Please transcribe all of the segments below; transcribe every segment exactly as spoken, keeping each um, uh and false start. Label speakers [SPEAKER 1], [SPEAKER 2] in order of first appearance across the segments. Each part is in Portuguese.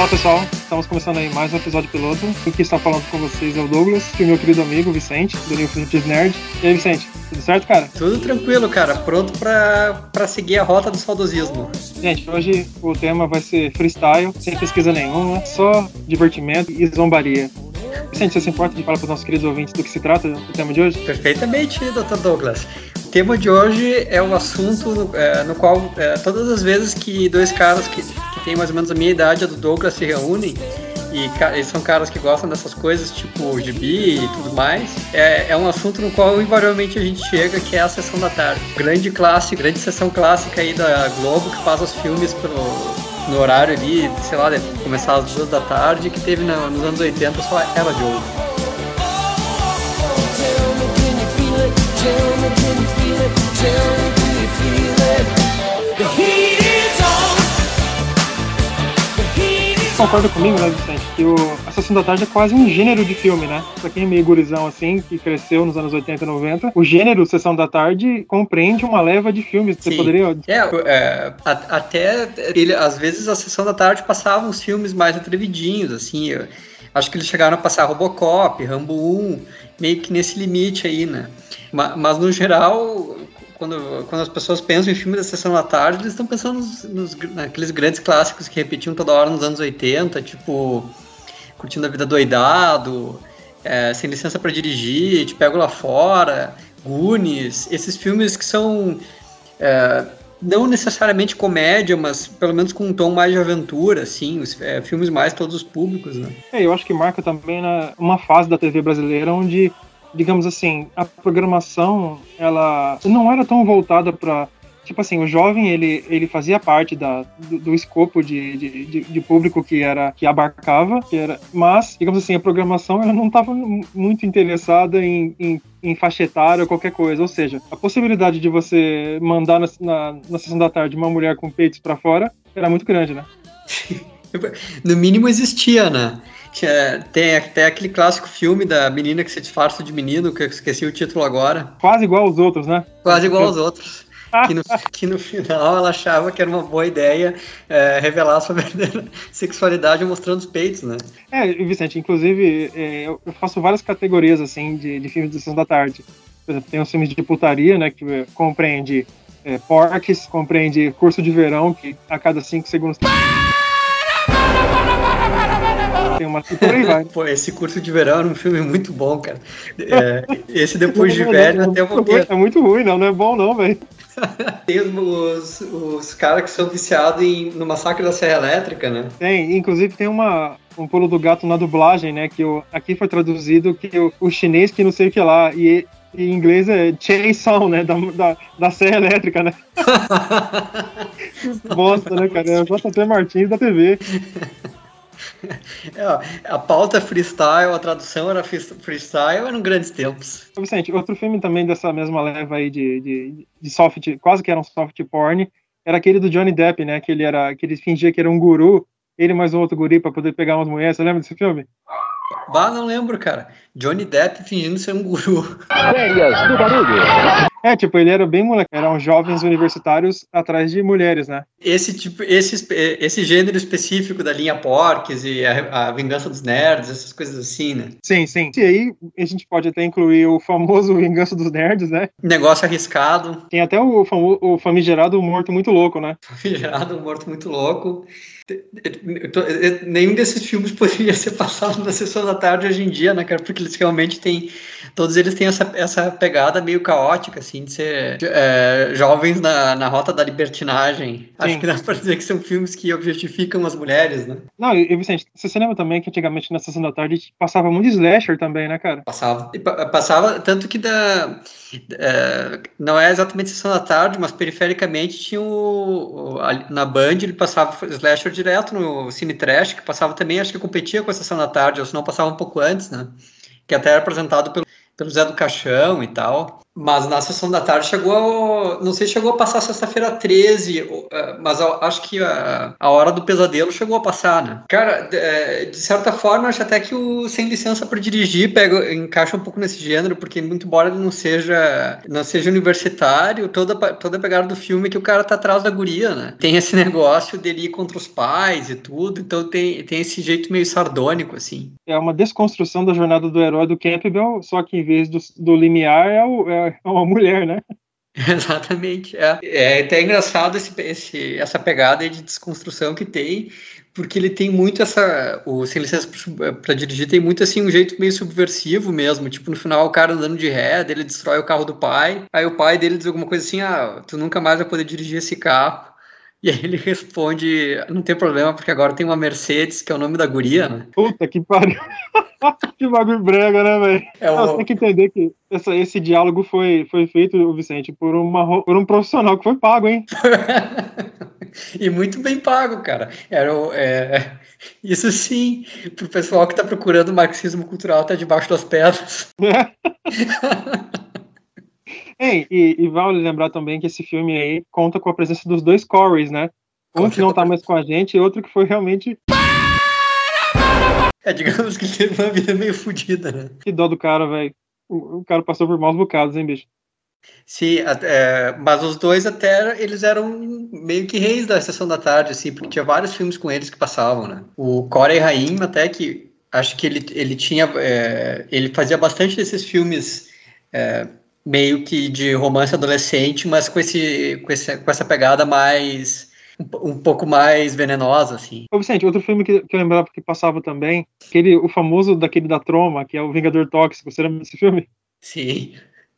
[SPEAKER 1] Olá pessoal, estamos começando aí mais um episódio piloto. O que está falando com vocês é o Douglas e o meu querido amigo Vicente, do New Frontiers Nerd. E aí Vicente, tudo certo, cara?
[SPEAKER 2] Tudo tranquilo, cara, pronto pra, pra seguir a rota do saudosismo.
[SPEAKER 1] Gente, hoje o tema vai ser freestyle, sem pesquisa nenhuma, só divertimento e zombaria. Vicente, você se importa de falar para os nossos queridos ouvintes do que se trata o tema de hoje?
[SPEAKER 2] Perfeitamente, doutor Douglas. O tema de hoje é um assunto no, é, no qual é, todas as vezes que dois caras que, que têm mais ou menos a minha idade, a do Douglas, se reúnem, e eles são caras que gostam dessas coisas, tipo gibi e tudo mais, é, é um assunto no qual invariavelmente a gente chega, que é a Sessão da Tarde. Grande clássico, grande sessão clássica aí da Globo, que faz os filmes pro, no horário ali, sei lá, deve começar às duas da tarde, que teve na, nos anos oitenta só Era de Ouro.
[SPEAKER 1] Tell me, can you feel it? Tell me, can you feel it? The heat is on. The heat is on. Concorda comigo, né, Vicente, que o A Sessão da Tarde é quase um gênero de filme, né? Pra quem é meio gurizão assim, que cresceu nos anos oitenta e noventa, o gênero Sessão da Tarde compreende uma leva de filmes. Você
[SPEAKER 2] Sim.
[SPEAKER 1] poderia...
[SPEAKER 2] É, é a, até, ele, às vezes, a Sessão da Tarde passava uns filmes mais atrevidinhos, assim, eu, acho que eles chegaram a passar Robocop, Rambo um, meio que nesse limite aí, né? Mas, mas no geral, quando, quando as pessoas pensam em filmes da Sessão da Tarde, eles estão pensando nos, nos, naqueles grandes clássicos que repetiam toda hora nos anos oitenta, tipo Curtindo a Vida Doidado, é, Sem Licença para Dirigir, Te Pego Lá Fora, Goonies, esses filmes que são é, não necessariamente comédia, mas pelo menos com um tom mais de aventura, assim, os, é, filmes mais todos os públicos, né?
[SPEAKER 1] É, eu acho que marca também, né, uma fase da T V brasileira onde, digamos assim, a programação, ela não era tão voltada para, tipo assim, o jovem, ele, ele fazia parte da, do, do escopo de, de, de, de público que era, que abarcava, que era, mas, digamos assim, a programação, ela não estava muito interessada em, em, em faixa etária ou qualquer coisa, ou seja, a possibilidade de você mandar na, na, na Sessão da Tarde uma mulher com peitos para fora era muito grande, né?
[SPEAKER 2] No mínimo existia, né? Tem até aquele clássico filme da menina que se disfarça de menino, que eu esqueci o título agora.
[SPEAKER 1] Quase igual aos outros, né?
[SPEAKER 2] Quase igual aos outros. Que no, que no final ela achava que era uma boa ideia é, revelar sua verdadeira sexualidade mostrando os peitos, né?
[SPEAKER 1] É, Vicente, inclusive é, eu faço várias categorias assim de, de filmes de Sessão da Tarde. Por exemplo, tem os filmes de putaria, né, que compreende é, Porques, compreende Curso de Verão, que a cada cinco segundos tem uma... E por aí vai.
[SPEAKER 2] Pô, esse Curso de Verão era um filme muito bom, cara. É, esse Depois de Velho até eu vou ver.
[SPEAKER 1] É muito ruim, não, não é bom não, velho.
[SPEAKER 2] Tem os, os caras que são viciados em, no Massacre da Serra Elétrica, né?
[SPEAKER 1] Tem, inclusive tem uma, um pulo do gato na dublagem, né? Que o, aqui foi traduzido que o, o chinês que não sei o que lá, e, e em inglês é Chainsaw, né? Da, da, da Serra Elétrica, né? Bosta, né, cara? É o J T Martins da T V.
[SPEAKER 2] É, a pauta freestyle, a tradução era freestyle, eram grandes tempos.
[SPEAKER 1] Vicente, outro filme também dessa mesma leva aí de, de, de soft, quase que era um soft porn, era aquele do Johnny Depp, né? Que ele, era, que ele fingia que era um guru, ele mais um outro guri pra poder pegar umas mulheres. Você lembra desse filme?
[SPEAKER 2] Bah, não lembro, cara. Johnny Depp fingindo ser um guru.
[SPEAKER 3] Férias do Barulho.
[SPEAKER 1] É, tipo, ele era bem moleque, eram jovens universitários atrás de mulheres, né?
[SPEAKER 2] Esse tipo, esse, esse gênero específico da linha Porques e a, a Vingança dos Nerds, essas coisas assim, né?
[SPEAKER 1] Sim, sim. E aí a gente pode até incluir o famoso Vingança dos Nerds, né?
[SPEAKER 2] Negócio arriscado.
[SPEAKER 1] Tem até o, famo, o famigerado Morto Muito Louco, né?
[SPEAKER 2] Famigerado Morto Muito Louco. Nenhum desses filmes poderia ser passado na Sessão da Tarde hoje em dia, né, cara? Porque eles realmente têm... Todos eles têm essa, essa pegada meio caótica, assim, de ser é, jovens na, na rota da libertinagem. Sim. Acho que dá pra dizer que são filmes que objetificam as mulheres, né?
[SPEAKER 1] Não, e Vicente, você se lembra também que antigamente na Sessão da Tarde passava muito slasher também, né, cara?
[SPEAKER 2] Passava. Passava, tanto que da... É, não é exatamente Sessão da Tarde, mas perifericamente tinha o... o a, na Band ele passava slasher direto no Cine Trash, que passava também, acho que competia com a Sessão da Tarde, ou se não passava um pouco antes, né? Que até era apresentado pelo, pelo Zé do Caixão e tal. Mas na sessão da tarde chegou, a, não sei se chegou a passar sexta-feira treze, mas eu acho que a, a Hora do Pesadelo chegou a passar, né? Cara, de, de certa forma, acho até que o Sem Licença para Dirigir pega, encaixa um pouco nesse gênero, porque muito embora ele não seja, não seja universitário, toda, toda a pegada do filme é que o cara tá atrás da guria, né? Tem esse negócio dele ir contra os pais e tudo, então tem, tem esse jeito meio sardônico, assim.
[SPEAKER 1] É uma desconstrução da jornada do herói do Campbell, só que em vez do, do limiar é, o, é uma mulher, né?
[SPEAKER 2] Exatamente. É, é até engraçado esse, esse, essa pegada aí de desconstrução que tem, porque ele tem muito essa. O Sem Licença para Dirigir tem muito assim um jeito meio subversivo mesmo. Tipo, no final o cara andando de ré, ele destrói o carro do pai, aí o pai dele diz alguma coisa assim: ah, tu nunca mais vai poder dirigir esse carro. E aí ele responde: não tem problema, porque agora tem uma Mercedes, que é o nome da guria, né?
[SPEAKER 1] Puta que pariu. Que bagulho brega, né, velho?
[SPEAKER 2] É o...
[SPEAKER 1] Você tem que entender que essa, esse diálogo foi, foi feito, Vicente, por, uma, por um profissional que foi pago, hein?
[SPEAKER 2] E muito bem pago, cara. Era o, é... Isso sim, pro pessoal que tá procurando marxismo cultural, tá debaixo das pedras.
[SPEAKER 1] É. Ei, e, e vale lembrar também que esse filme aí conta com a presença dos dois Coreys, né? Um que não tá mais com a gente e outro que foi realmente...
[SPEAKER 2] É, digamos que ele teve uma vida meio fodida, né?
[SPEAKER 1] Que dó do cara, velho. O, o cara passou por maus bocados, hein, bicho?
[SPEAKER 2] Sim, é, mas os dois até, eles eram meio que reis da Sessão da Tarde, assim, porque tinha vários filmes com eles que passavam, né? O Corey Haim, até que, acho que ele, ele tinha, é, ele fazia bastante desses filmes é, meio que de romance adolescente, mas com, esse, com, esse, com essa pegada mais... Um, um pouco mais venenosa, assim.
[SPEAKER 1] Ô, Vicente, outro filme que, que eu lembrava que passava também, aquele, o famoso daquele da Troma, que é o Vingador Tóxico. Você lembra desse filme?
[SPEAKER 2] Sim.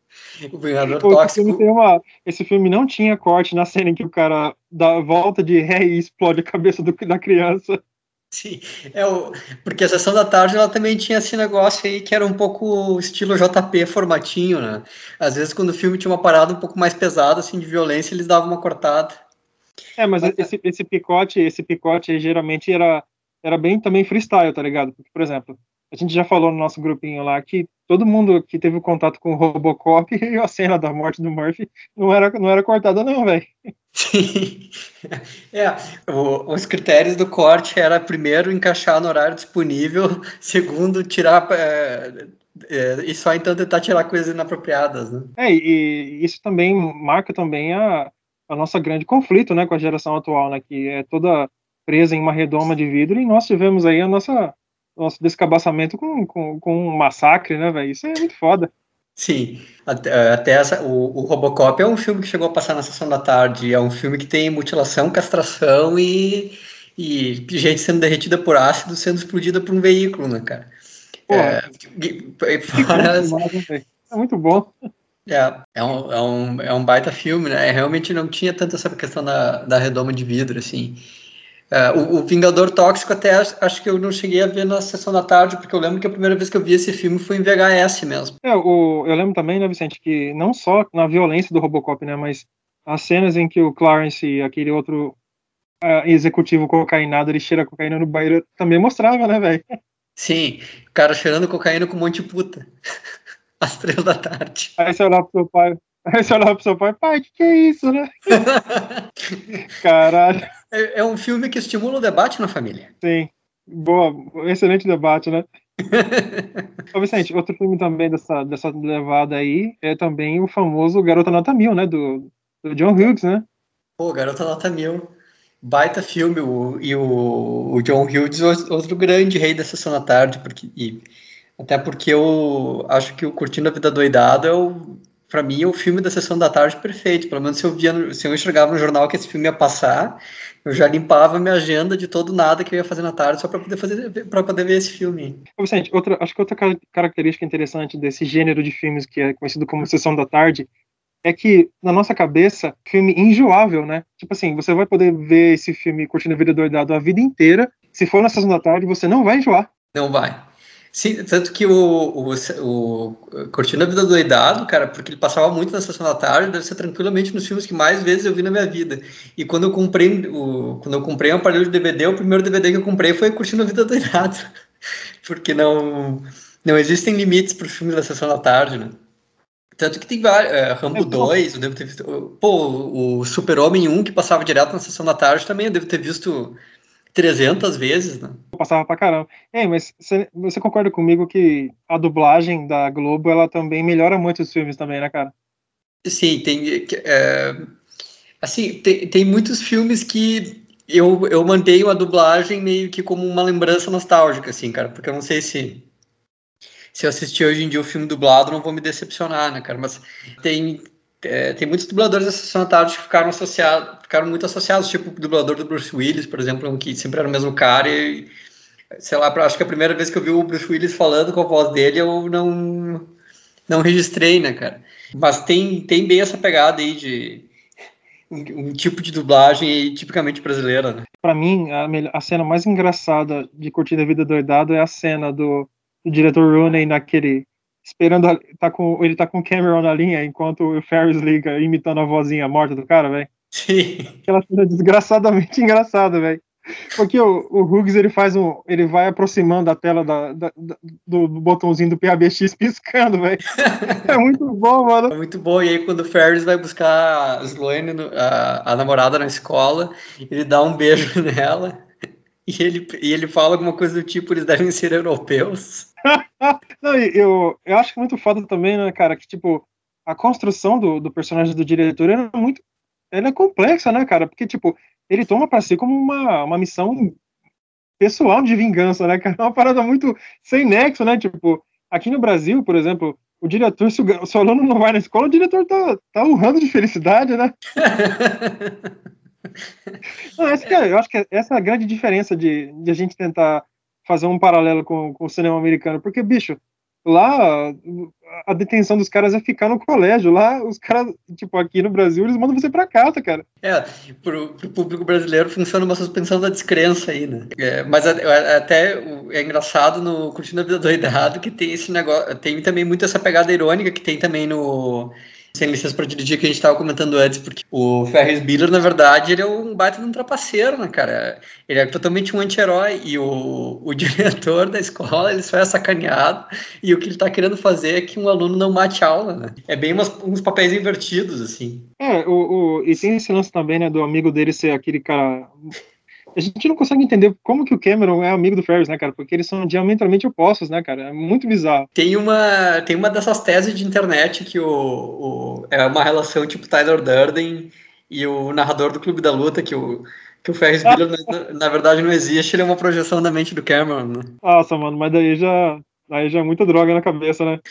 [SPEAKER 2] O Vingador
[SPEAKER 1] Pô,
[SPEAKER 2] Tóxico.
[SPEAKER 1] Esse filme, tem uma, esse filme não tinha corte na cena em que o cara dá a volta de ré e explode a cabeça do, da criança.
[SPEAKER 2] Sim, é o, porque a Sessão da Tarde ela também tinha esse negócio aí que era um pouco estilo J P formatinho, né? Às vezes quando o filme tinha uma parada um pouco mais pesada, assim, de violência, eles davam uma cortada.
[SPEAKER 1] É, mas, mas esse, esse picote, esse picote aí, geralmente era, era bem também freestyle, tá ligado? Porque, por exemplo, a gente já falou no nosso grupinho lá que todo mundo que teve contato com o Robocop e a cena da morte do Murphy não era, não era cortada não, velho.
[SPEAKER 2] Sim. É, o, os critérios do corte era, primeiro, encaixar no horário disponível, segundo, tirar... É, é, e só então tentar tirar coisas inapropriadas, né?
[SPEAKER 1] É, e, e isso também marca também a, a nossa grande conflito, né, com a geração atual, né, que é toda presa em uma redoma de vidro, e nós tivemos aí a nossa nosso descabaçamento com, com, com um massacre, né, velho? Isso é muito foda.
[SPEAKER 2] Sim, até, até essa, o, o Robocop é um filme que chegou a passar na Sessão da Tarde, é um filme que tem mutilação, castração e, e gente sendo derretida por ácido, sendo explodida por um veículo, né, cara?
[SPEAKER 1] Porra,
[SPEAKER 2] É, fora,
[SPEAKER 1] é muito bom.
[SPEAKER 2] É, é, um, é, um, é um baita filme, né? Realmente não tinha tanto essa questão da, da redoma de vidro, assim. É, o, o Vingador Tóxico até acho que eu não cheguei a ver na Sessão da Tarde, porque eu lembro que a primeira vez que eu vi esse filme foi em V H S mesmo.
[SPEAKER 1] É, o, eu lembro também, né, Vicente, que não só na violência do Robocop, né, mas as cenas em que o Clarence e aquele outro uh, executivo cocainado, ele cheira cocaína no banheiro, também mostrava, né, velho?
[SPEAKER 2] Sim, o cara cheirando cocaína com um monte de puta. Às três da tarde.
[SPEAKER 1] Aí você olhava pro seu pai, aí você olhava pro seu pai, pai, que que é isso, né? Caralho.
[SPEAKER 2] É, é um filme que estimula o debate na família.
[SPEAKER 1] Sim, boa, excelente debate, né? Ô Vicente, outro filme também dessa, dessa levada aí é também o famoso Garota Nota Mil, né? Do, do John Hughes, né?
[SPEAKER 2] Pô, Garota Nota Mil. Baita filme. O, e o, o John Hughes, outro grande rei da Sessão da Tarde. Porque, e, até porque eu acho que o Curtindo a Vida Doidado é o, pra mim, é o filme da Sessão da Tarde perfeito. Pelo menos se eu, via, se eu enxergava no jornal que esse filme ia passar, eu já limpava minha agenda de todo nada que eu ia fazer na tarde só para poder fazer, para poder ver esse filme.
[SPEAKER 1] Ô Vicente, outra, acho que outra característica interessante desse gênero de filmes que é conhecido como Sessão da Tarde é que, na nossa cabeça, filme enjoável, né? Tipo assim, você vai poder ver esse filme Curtindo a Vida Doidado a vida inteira. Se for na Sessão da Tarde, você não vai enjoar.
[SPEAKER 2] Não vai. Sim, tanto que o, o, o Curtindo a Vida Doidado, cara, porque ele passava muito na Sessão da Tarde, deve ser tranquilamente nos filmes que mais vezes eu vi na minha vida. E quando eu comprei o, quando eu comprei um aparelho de D V D, o primeiro D V D que eu comprei foi Curtindo a Vida Doidado. Porque não, não existem limites para os filmes da Sessão da Tarde, né? Tanto que tem vários. É, Rambo dois, eu devo ter visto. Pô, o Super-Homem um, que passava direto na sessão da tarde, também eu devo ter visto trezentas vezes, né?
[SPEAKER 1] Eu passava pra caramba. É, mas você, você concorda comigo que a dublagem da Globo, ela também melhora muito os filmes também, né, cara?
[SPEAKER 2] Sim, tem. É, assim, tem, tem muitos filmes que eu, eu mantenho a dublagem meio que como uma lembrança nostálgica, assim, cara, porque eu não sei se. Se eu assistir hoje em dia o filme dublado, não vou me decepcionar, né, cara? Mas tem, é, tem muitos dubladores da Sessão da Tarde que ficaram associados, ficaram muito associados, tipo o dublador do Bruce Willis, por exemplo, que sempre era o mesmo cara e, sei lá, acho que a primeira vez que eu vi o Bruce Willis falando com a voz dele, eu não, não registrei, né, cara? Mas tem, tem bem essa pegada aí de um, um tipo de dublagem aí, tipicamente brasileira, né?
[SPEAKER 1] Pra mim, a, a cena mais engraçada de Curtindo a Vida Doidado é a cena do, do diretor Rooney naquele... Esperando, a, tá com, ele tá com o Cameron na linha, enquanto o Ferris liga, imitando a vozinha morta do cara, velho.
[SPEAKER 2] Sim.
[SPEAKER 1] Aquela cena desgraçadamente engraçada, velho. Porque o, o Hughes, ele faz um... Ele vai aproximando a tela da, da, da, do, do botãozinho do P A B X piscando, velho. É muito bom, mano.
[SPEAKER 2] É muito bom. E aí, quando o Ferris vai buscar a Sloane, a, a namorada, na escola, ele dá um beijo nela e ele, e ele fala alguma coisa do tipo: eles devem ser europeus.
[SPEAKER 1] Não, eu, eu acho muito foda também, né, cara, que, tipo, a construção do, do personagem do diretor é muito... Ela é complexa, né, cara? Porque, tipo, ele toma pra si como uma, uma missão pessoal de vingança, né, cara? É uma parada muito sem nexo, né? Tipo, aqui no Brasil, por exemplo, o diretor, se o, se o aluno não vai na escola, o diretor tá, tá urrando de felicidade, né? Não, essa que é, eu acho que essa é a grande diferença de, de a gente tentar fazer um paralelo com, com o cinema americano, porque, bicho, lá a detenção dos caras é ficar no colégio, lá os caras, tipo, aqui no Brasil, eles mandam você pra casa, cara.
[SPEAKER 2] É, pro, pro público brasileiro funciona uma suspensão da descrença aí, né? É, mas a, a, até é engraçado no Curtindo a Vida Doidado que tem esse negócio, tem também muito essa pegada irônica que tem também no Sem Licença pra Dirigir, que a gente estava comentando antes, porque o Ferris Bueller, na verdade, ele é um baita de um trapaceiro, né, cara? Ele é totalmente um anti-herói, e o, o diretor da escola, ele só é sacaneado, e o que ele tá querendo fazer é que um aluno não mate a aula, né? É bem umas, uns papéis invertidos, assim.
[SPEAKER 1] É, o, o, e tem esse lance também, né, do amigo dele ser aquele cara... A gente não consegue entender como que o Cameron é amigo do Ferris, né, cara? Porque eles são diametralmente opostos, né, cara? É muito bizarro.
[SPEAKER 2] Tem uma, tem uma dessas teses de internet que o, o, é uma relação tipo Tyler Durden e o narrador do Clube da Luta, que o, que o Ferris Bueller, na, na verdade, não existe, ele é uma projeção da mente do Cameron, né?
[SPEAKER 1] Nossa, mano, mas daí já, daí já é muita droga na cabeça, né?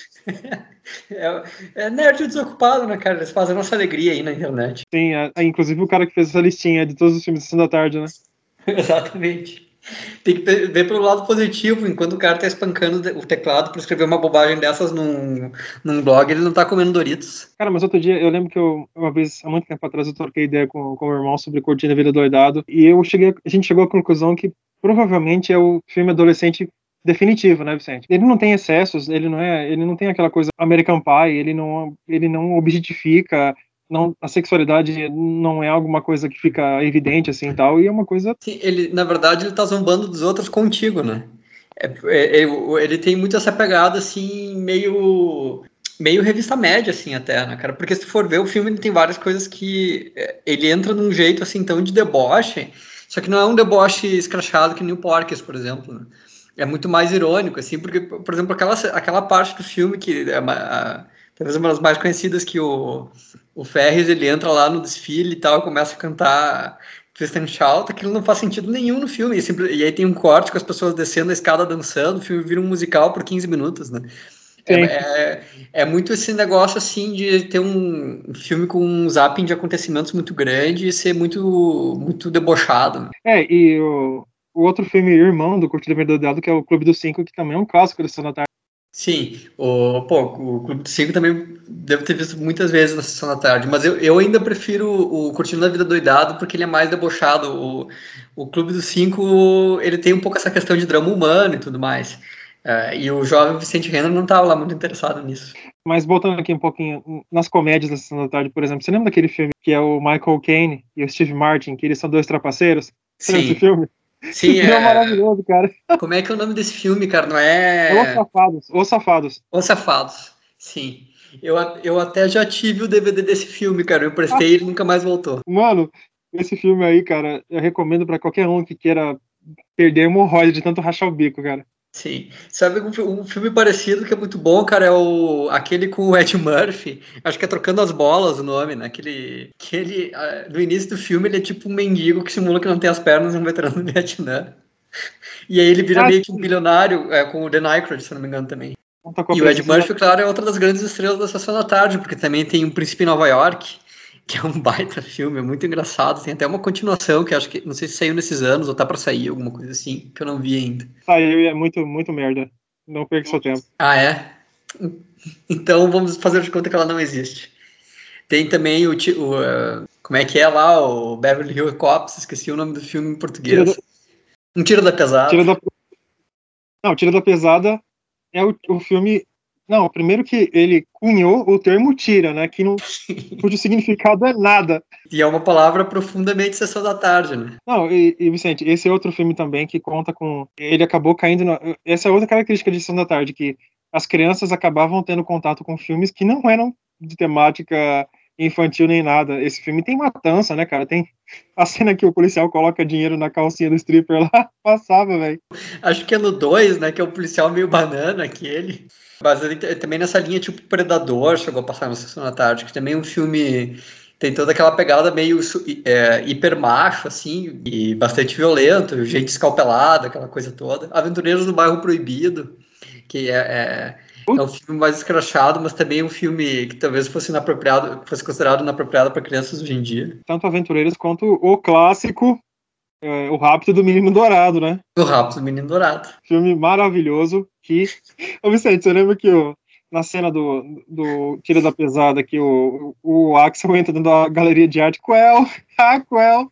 [SPEAKER 2] É, é nerd desocupado, né, cara? Eles fazem a nossa alegria aí na internet.
[SPEAKER 1] Sim, é, é, inclusive o cara que fez essa listinha de todos os filmes da Sessão da Tarde, né?
[SPEAKER 2] Exatamente. Tem que ver pelo lado positivo, enquanto o cara tá espancando o teclado para escrever uma bobagem dessas num, num blog, ele não tá comendo Doritos.
[SPEAKER 1] Cara, mas outro dia, eu lembro que eu, uma vez, há muito tempo atrás, eu troquei ideia com, com o meu irmão sobre Curtindo a Vida Doidado, e eu cheguei, a gente chegou à conclusão que provavelmente é o filme adolescente definitivo, né, Vicente? Ele não tem excessos, ele não é, ele não tem aquela coisa American Pie, ele não, ele não objetifica, não, a sexualidade não é alguma coisa que fica evidente assim, tal, e é uma coisa...
[SPEAKER 2] Sim, ele, na verdade, ele tá zombando dos outros contigo, né? É, é, é, ele tem muito essa pegada, assim, meio meio revista média, assim, até, né, cara? Porque se tu for ver o filme, ele tem várias coisas que ele entra num jeito, assim, tão de deboche, só que não é um deboche escrachado que nem o Porky's, por exemplo, né? É muito mais irônico, assim, porque, por exemplo, aquela, aquela parte do filme que é uma, a, talvez uma das mais conhecidas, que o, o Ferris, ele entra lá no desfile e tal, e começa a cantar Twist and Shout, aquilo não faz sentido nenhum no filme, e, sempre, e aí tem um corte com as pessoas descendo a escada dançando, o filme vira um musical por quinze minutos, né? É, é, é muito esse negócio, assim, de ter um filme com um zapping de acontecimentos muito grande e ser muito, muito debochado, né?
[SPEAKER 1] É, e o, o outro filme irmão do Curtindo a Vida Doidado, que é o Clube dos Cinco, que também é um clássico da Sessão da Tarde.
[SPEAKER 2] Sim, o, pô, o Clube dos Cinco também devo ter visto muitas vezes na Sessão da Tarde, mas eu, eu ainda prefiro o Curtindo a Vida Doidado porque ele é mais debochado. O, o Clube dos Cinco, ele tem um pouco essa questão de drama humano e tudo mais. Uh, e o jovem Vicente Renner não estava lá muito interessado nisso.
[SPEAKER 1] Mas voltando aqui um pouquinho, nas comédias da Sessão da Tarde, por exemplo, você lembra daquele filme que é o Michael Caine e o Steve Martin, que eles são dois trapaceiros? Você lembra desse filme?
[SPEAKER 2] Sim,
[SPEAKER 1] esse filme é... é maravilhoso, cara.
[SPEAKER 2] Como é que é o nome desse filme, cara? Não é...
[SPEAKER 1] Os Safados. Os Safados.
[SPEAKER 2] Os Safados, sim. Eu, eu até já tive o D V D desse filme, cara. Eu prestei e ele nunca mais voltou.
[SPEAKER 1] Mano, esse filme aí, cara, eu recomendo pra qualquer um que queira perder a hemorroida de tanto rachar o bico, cara.
[SPEAKER 2] Sim. Sabe um, fi- um filme parecido que é muito bom, cara, é o aquele com o Ed Murphy. Acho que é Trocando as Bolas o nome, né? Aquele, aquele, ah, no início do filme ele é tipo um mendigo que simula que não tem as pernas e um veterano do Vietnã. E aí ele vira
[SPEAKER 1] Ah,
[SPEAKER 2] meio que um
[SPEAKER 1] sim,
[SPEAKER 2] bilionário, é, com o Dan Aykroyd, se não me engano, também.
[SPEAKER 1] conta com a
[SPEAKER 2] E o Ed
[SPEAKER 1] presença da...
[SPEAKER 2] Murphy, claro, é outra das grandes estrelas da Sessão da Tarde, porque também tem Um Príncipe em Nova York, que é um baita filme, é muito engraçado. Tem até uma continuação que acho que, não sei se saiu nesses anos ou tá pra sair, alguma coisa assim, que eu não vi ainda.
[SPEAKER 1] Saiu e é muito, muito merda. Não perca seu tempo.
[SPEAKER 2] Ah, é? Então vamos fazer de conta que ela não existe. Tem também o, ti- o uh, como é que é lá, o Beverly Hills Cops, esqueci o nome do filme em
[SPEAKER 1] Tira da,
[SPEAKER 2] português. Um Tiro da Pesada.
[SPEAKER 1] tira da... Não, Tira da Pesada é o, o filme... Não, primeiro que ele cunhou o termo tira, né? Que não, cujo significado é nada.
[SPEAKER 2] E é uma palavra profundamente Sessão da Tarde, né?
[SPEAKER 1] Não, e, e, Vicente, esse é outro filme também que conta com... Ele acabou caindo... Na, essa é outra característica de Sessão da Tarde, que as crianças acabavam tendo contato com filmes que não eram de temática infantil nem nada. Esse filme tem matança, né, cara? Tem a cena que o policial coloca dinheiro na calcinha do stripper lá, passava, velho.
[SPEAKER 2] Acho que é no dois, né? Que é o policial meio banana, aquele. Mas ele t- também nessa linha, tipo Predador, chegou a passar na Sessão da Tarde, que também é um filme. Tem toda aquela pegada meio su- é, hiper macho, assim, e bastante violento, gente escalpelada, aquela coisa toda. Aventureiros do Bairro Proibido, que é, é, é um filme mais escrachado, mas também um filme que talvez fosse inapropriado, fosse considerado inapropriado para crianças hoje em dia.
[SPEAKER 1] Tanto Aventureiros quanto o clássico, é, O Rapto do Menino Dourado, né?
[SPEAKER 2] O Rápido do Menino Dourado.
[SPEAKER 1] Filme maravilhoso que... Ô, Vicente, você lembra que o, na cena do, do Tira da Pesada que o, o Axel entra dentro da galeria de arte? Quel! Ah, Quel!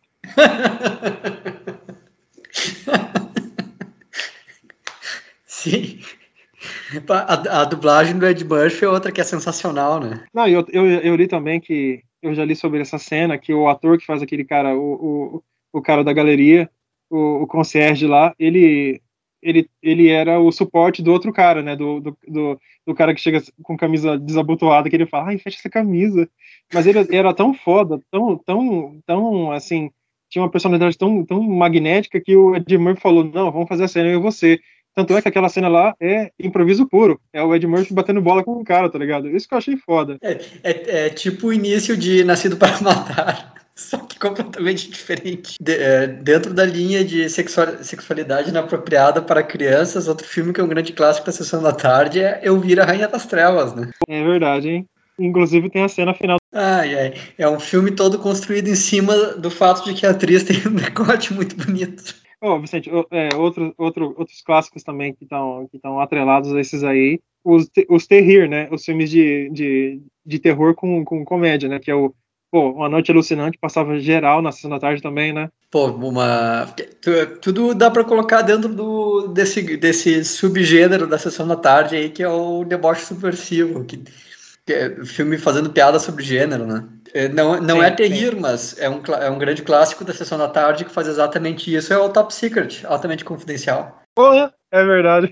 [SPEAKER 2] Sim. A, a dublagem do Ed Murphy é outra que é sensacional, né?
[SPEAKER 1] Não, eu, eu, eu li também que... Eu já li sobre essa cena, que o ator que faz aquele cara, o, o, o cara da galeria, o, o concierge lá, ele, ele, ele era o suporte do outro cara, né? Do, do, do, do cara que chega com camisa desabotoada, que ele fala, ai, fecha essa camisa. Mas ele era tão foda, tão, tão, tão, assim, tinha uma personalidade tão, tão magnética que o Ed Murphy falou, não, vamos fazer a cena eu e você. Tanto é que aquela cena lá é improviso puro. É o Ed Murphy batendo bola com o cara, tá ligado? Isso que eu achei foda.
[SPEAKER 2] É, é, é tipo o início de Nascido para Matar, só que completamente diferente. De, é, dentro da linha de sexual, sexualidade inapropriada para crianças, outro filme que é um grande clássico da Sessão da Tarde é Elvira, Rainha das Trevas, né?
[SPEAKER 1] É verdade, hein? Inclusive tem a cena final.
[SPEAKER 2] Ai, ai. É um filme todo construído em cima do fato de que a atriz tem um decote muito bonito.
[SPEAKER 1] Ô, oh, Vicente, é, outro, outro, outros clássicos também que estão que atrelados a esses aí, os, os terrir, né? Os filmes de, de, de terror com, com comédia, né? Que é o pô, Uma Noite Alucinante, passava geral na Sessão da Tarde também, né?
[SPEAKER 2] Pô, uma. Tudo dá pra colocar dentro do, desse, desse subgênero da Sessão da Tarde aí, que é o deboche subversivo, que, que é filme fazendo piada sobre gênero, né? É, Não, não
[SPEAKER 1] Sim,
[SPEAKER 2] é
[SPEAKER 1] sim.
[SPEAKER 2] terrir, mas é um, cla- é um grande clássico da Sessão da Tarde que faz exatamente isso. É o Top Secret, altamente confidencial.
[SPEAKER 1] Porra, é verdade.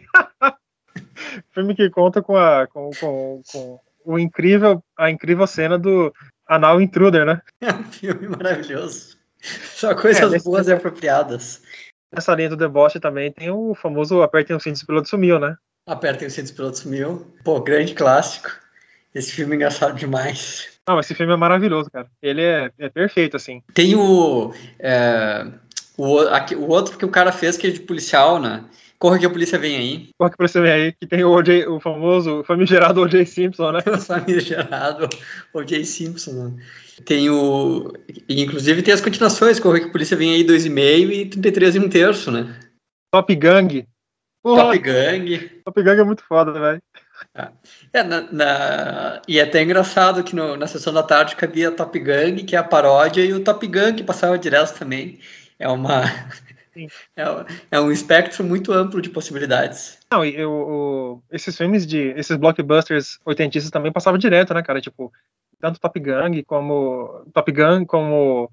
[SPEAKER 1] Filme que conta com a com, com, com o incrível, a incrível cena do Anal Intruder, né?
[SPEAKER 2] É um filme maravilhoso. Só
[SPEAKER 1] É,
[SPEAKER 2] coisas
[SPEAKER 1] nesse,
[SPEAKER 2] boas e apropriadas.
[SPEAKER 1] nessa linha do deboche também tem o famoso Apertem os cintos, o piloto sumiu, né?
[SPEAKER 2] Apertem os cintos pilotos mil. Pô, grande clássico. Esse filme é engraçado demais.
[SPEAKER 1] Não, esse filme é maravilhoso, cara. Ele é, é perfeito, assim.
[SPEAKER 2] Tem o, é, o, aqui- o outro que o cara fez, que é de policial, né? Corra que a polícia vem aí.
[SPEAKER 1] Qual que pra você ver aí que tem o, O J, o famoso famigerado O J Simpson, né?
[SPEAKER 2] Família Gerado, O J. Simpson, né? Tem o. E, inclusive tem as continuações, Corra que a polícia vem aí dois e meio e trinta e três e um terço, né?
[SPEAKER 1] Top Gang. Porra,
[SPEAKER 2] Top Gang.
[SPEAKER 1] Top Gang é muito foda, velho.
[SPEAKER 2] É, na, na- E é até engraçado que no- na sessão da tarde cabia Top Gang, que é a paródia, e o Top Gun, que passava direto também. É uma.
[SPEAKER 1] Sim.
[SPEAKER 2] É, é um espectro muito amplo de possibilidades.
[SPEAKER 1] Não, e o, o- esses filmes de. Esses blockbusters oitentistas também passavam direto, né, cara? Tipo, tanto Top Gang como. Top Gun como